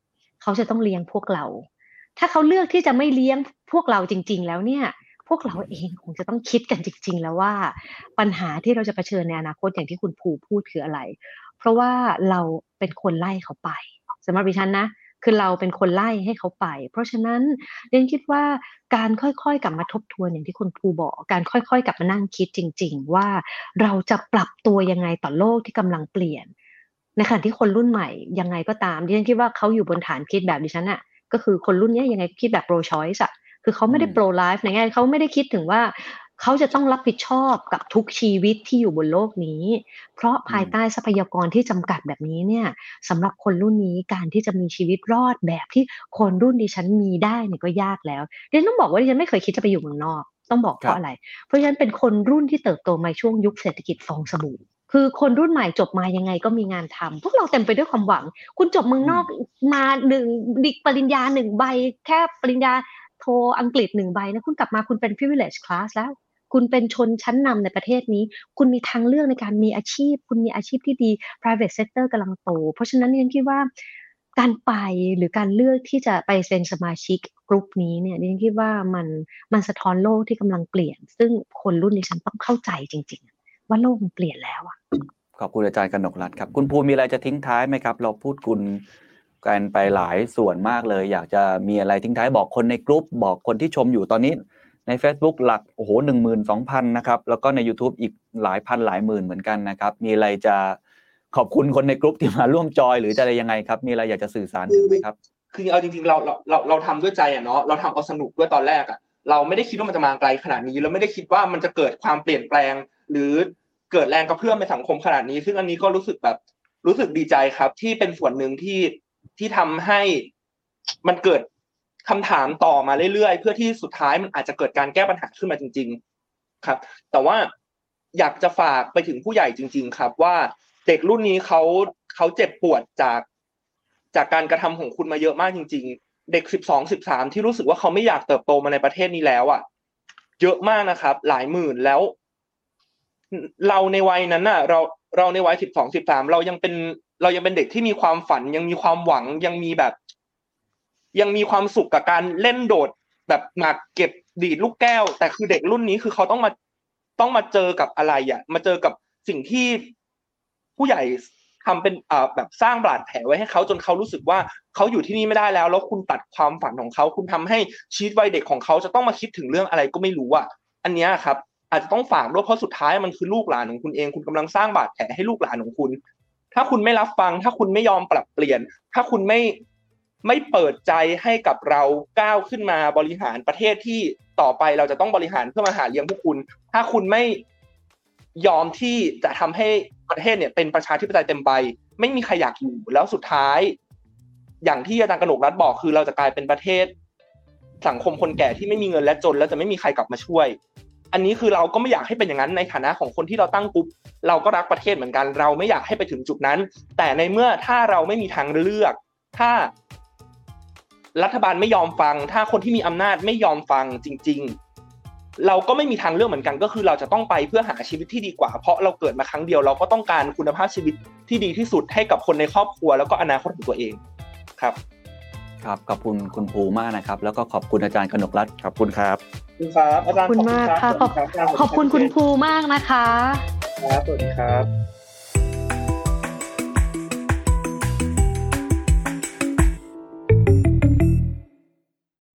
ถ้าเขาเลือกที่จะไม่เลี้ยงพวกเราจริงๆแล้วเนี่ยพวกเราเองคงจะต้องคิดกันจริงๆแล้วว่าปัญหาที่เราจะเผชิญในอนาคตอย่างที่คุณภูพูดคืออะไรเพราะว่าเราเป็นคนไล่เขาไปสำหรับดิฉันนะคือเราเป็นคนไล่ให้เขาไปเพราะฉะนั้นเรนคิดว่าการค่อยๆกลับมาทบทวนอย่างที่คุณภูบอกการค่อยๆกลับมานั่งคิดจริงๆว่าเราจะปรับตัวยังไงต่อโลกที่กำลังเปลี่ยนในขณะที่คนรุ่นใหม่ยังไงก็ตามดิฉันคิดว่าเขาอยู่บนฐานคิดแบบดิฉันอะก็คือคนรุ่นนี้ยังไงคิดแบบ pro choice อะคือเขาไม่ได้ pro life ในแง่เขาไม่ได้คิดถึงว่าเขาจะต้องรับผิดชอบกับทุกชีวิตที่อยู่บนโลกนี้เพราะภายใต้ทรัพยากรที่จำกัดแบบนี้เนี่ยสำหรับคนรุ่นนี้การที่จะมีชีวิตรอดแบบที่คนรุ่นดิฉันมีได้เนี่ยก็ยากแล้วดิฉันต้องบอกว่าดิฉันไม่เคยคิดจะไปอยู่เมืองนอกต้องบอกเพราะอะไรเพราะฉะนั้นเป็นคนรุ่นที่เติบโตมาช่วงยุคเศรษฐกิจฟองสบู่คือคนรุ่นใหม่จบมายังไงก็มีงานทำพวกเราเต็มไปด้วยความหวังคุณจบเมืองนอกมาปริญญา1ใบแค่ปริญญาโทอังกฤษ1ใบนะคุณกลับมาคุณเป็น privilege class แล้วคุณเป็นชนชั้นนำในประเทศนี้คุณมีทางเลือกในการมีอาชีพคุณมีอาชีพที่ดี private sector กำลังโตเพราะฉะนั้นดิฉันคิดว่าการไปหรือการเลือกที่จะไปเป็นสมาชิกกลุ่มนี้เนี่ยดิฉันคิดว่ามันสะท้อนโลกที่กำลังเปลี่ยนซึ่งคนรุ่นดิฉันต้องเข้าใจจริงๆว่าโลกมันเปลี่ยนแล้วอ่ะขอบคุณอาจารย์กนกรัตน์ครับคุณภูมีอะไรจะทิ้งท้ายไหมครับเราพูดคุณกันไปหลายส่วนมากเลยอยากจะมีอะไรทิ้งท้ายบอกคนในกลุ่มบอกคนที่ชมอยู่ตอนนี้ใน Facebook หลักโอ้โห 12,000 นะครับแล้วก็ใน YouTube อีกหลายพันหลายหมื่นเหมือนกันนะครับมีอะไรจะขอบคุณคนในกลุ่มที่มาร่วมจอยหรือจะอะไรยังไงครับมีอะไรอยากจะสื่อสารถึงไหมครับคือเอาจริงๆเราทำด้วยใจอ่ะเนาะเราทำเอาสนุกด้วยตอนแรกอ่ะเราไม่ได้คิดว่ามันจะมาไกลขนาดนี้เราไม่ได้คิดว่ามันจะเกิดความเปลี่ยนแปลงหรือเกิดแรงกระเพื่อมในสังคมขนาดนี้ซึ่งอันนี้ก็รู้สึกดีใจครับที่เป็นส่วนหนึ่งที่ทำให้มันเกิดคำถามต่อมาเรื่อยๆเพื่อที่สุดท้ายมันอาจจะเกิดการแก้ปัญหาขึ้นมาจริงๆครับแต่ว่าอยากจะฝากไปถึงผู้ใหญ่จริงๆครับว่าเด็กรุ่นนี้เขาเจ็บปวดจากการกระทำของคุณมาเยอะมากจริงๆเด็ก12-13ที่รู้สึกว่าเขาไม่อยากเติบโตมาในประเทศนี้แล้วอ่ะเยอะมากนะครับหลายหมื่นแล้วเราในวัยนั้นน่ะเราในวัย12-13เรายังเป็นเด็กที่มีความฝันยังมีความหวังยังมีความสุขกับการเล่นโดดแบบหมากเก็บดีดลูกแก้วแต่คือเด็กรุ่นนี้คือเขาต้องมาเจอกับอะไรอ่ะมาเจอกับสิ่งที่ผู้ใหญ่ทำเป็นแบบสร้างบาดแผลไว้ให้เขาจนเขารู้สึกว่าเขาอยู่ที่นี่ไม่ได้แล้วคุณตัดความฝันของเขาคุณทำให้ชีวิตวัยเด็กของเขาจะต้องมาคิดถึงเรื่องอะไรก็ไม่รู้อ่ะอันนี้ครับอาจจะต้องฝากด้วยเพราะสุดท้ายมันคือลูกหลานของคุณเองคุณกำลังสร้างบาดแผลให้ลูกหลานของคุณถ้าคุณไม่รับฟังถ้าคุณไม่ยอมปรับเปลี่ยนถ้าคุณไม่เปิดใจให้กับเราก้าวขึ้นมาบริหารประเทศที่ต่อไปเราจะต้องบริหารเพื่อมาหาเลี้ยงพวกคุณถ้าคุณไม่ยอมที่จะทำให้ประเทศเนี่ยเป็นประชาธิปไตยเต็มใบไม่มีใครอยากอยู่แล้วสุดท้ายอย่างที่อาจารย์กนกรัตน์บอกคือเราจะกลายเป็นประเทศสังคมคนแก่ที่ไม่มีเงินและจนแล้วจะไม่มีใครกลับมาช่วยอันนี้คือเราก็ไม่อยากให้เป็นอย่างนั้นในฐานะของคนที่เราตั้งกลุ่มเราก็รักประเทศเหมือนกันเราไม่อยากให้ไปถึงจุดนั้นแต่ในเมื่อถ้าเราไม่มีทางเลือกถ้ารัฐบาลไม่ยอมฟังถ้าคนที่มีอำนาจไม่ยอมฟังจริงๆเราก็ไม่มีทางเลือกเหมือนกันก็คือเราจะต้องไปเพื่อหาชีวิตที่ดีกว่าเพราะเราเกิดมาครั้งเดียวเราก็ต้องการคุณภาพชีวิตที่ดีที่สุดให้กับคนในครอบครัวแล้วก็อนาคตของตัวเองครับขอบคุณคุณภูมากนะครับแล้วก็ขอบคุณอาจารย์กนกรัตน์ขอบคุณครับครับอาจารย์ขอบคุณมากค่ะขอบคุณคุณภูมากนะคะครับสวัสดีครับ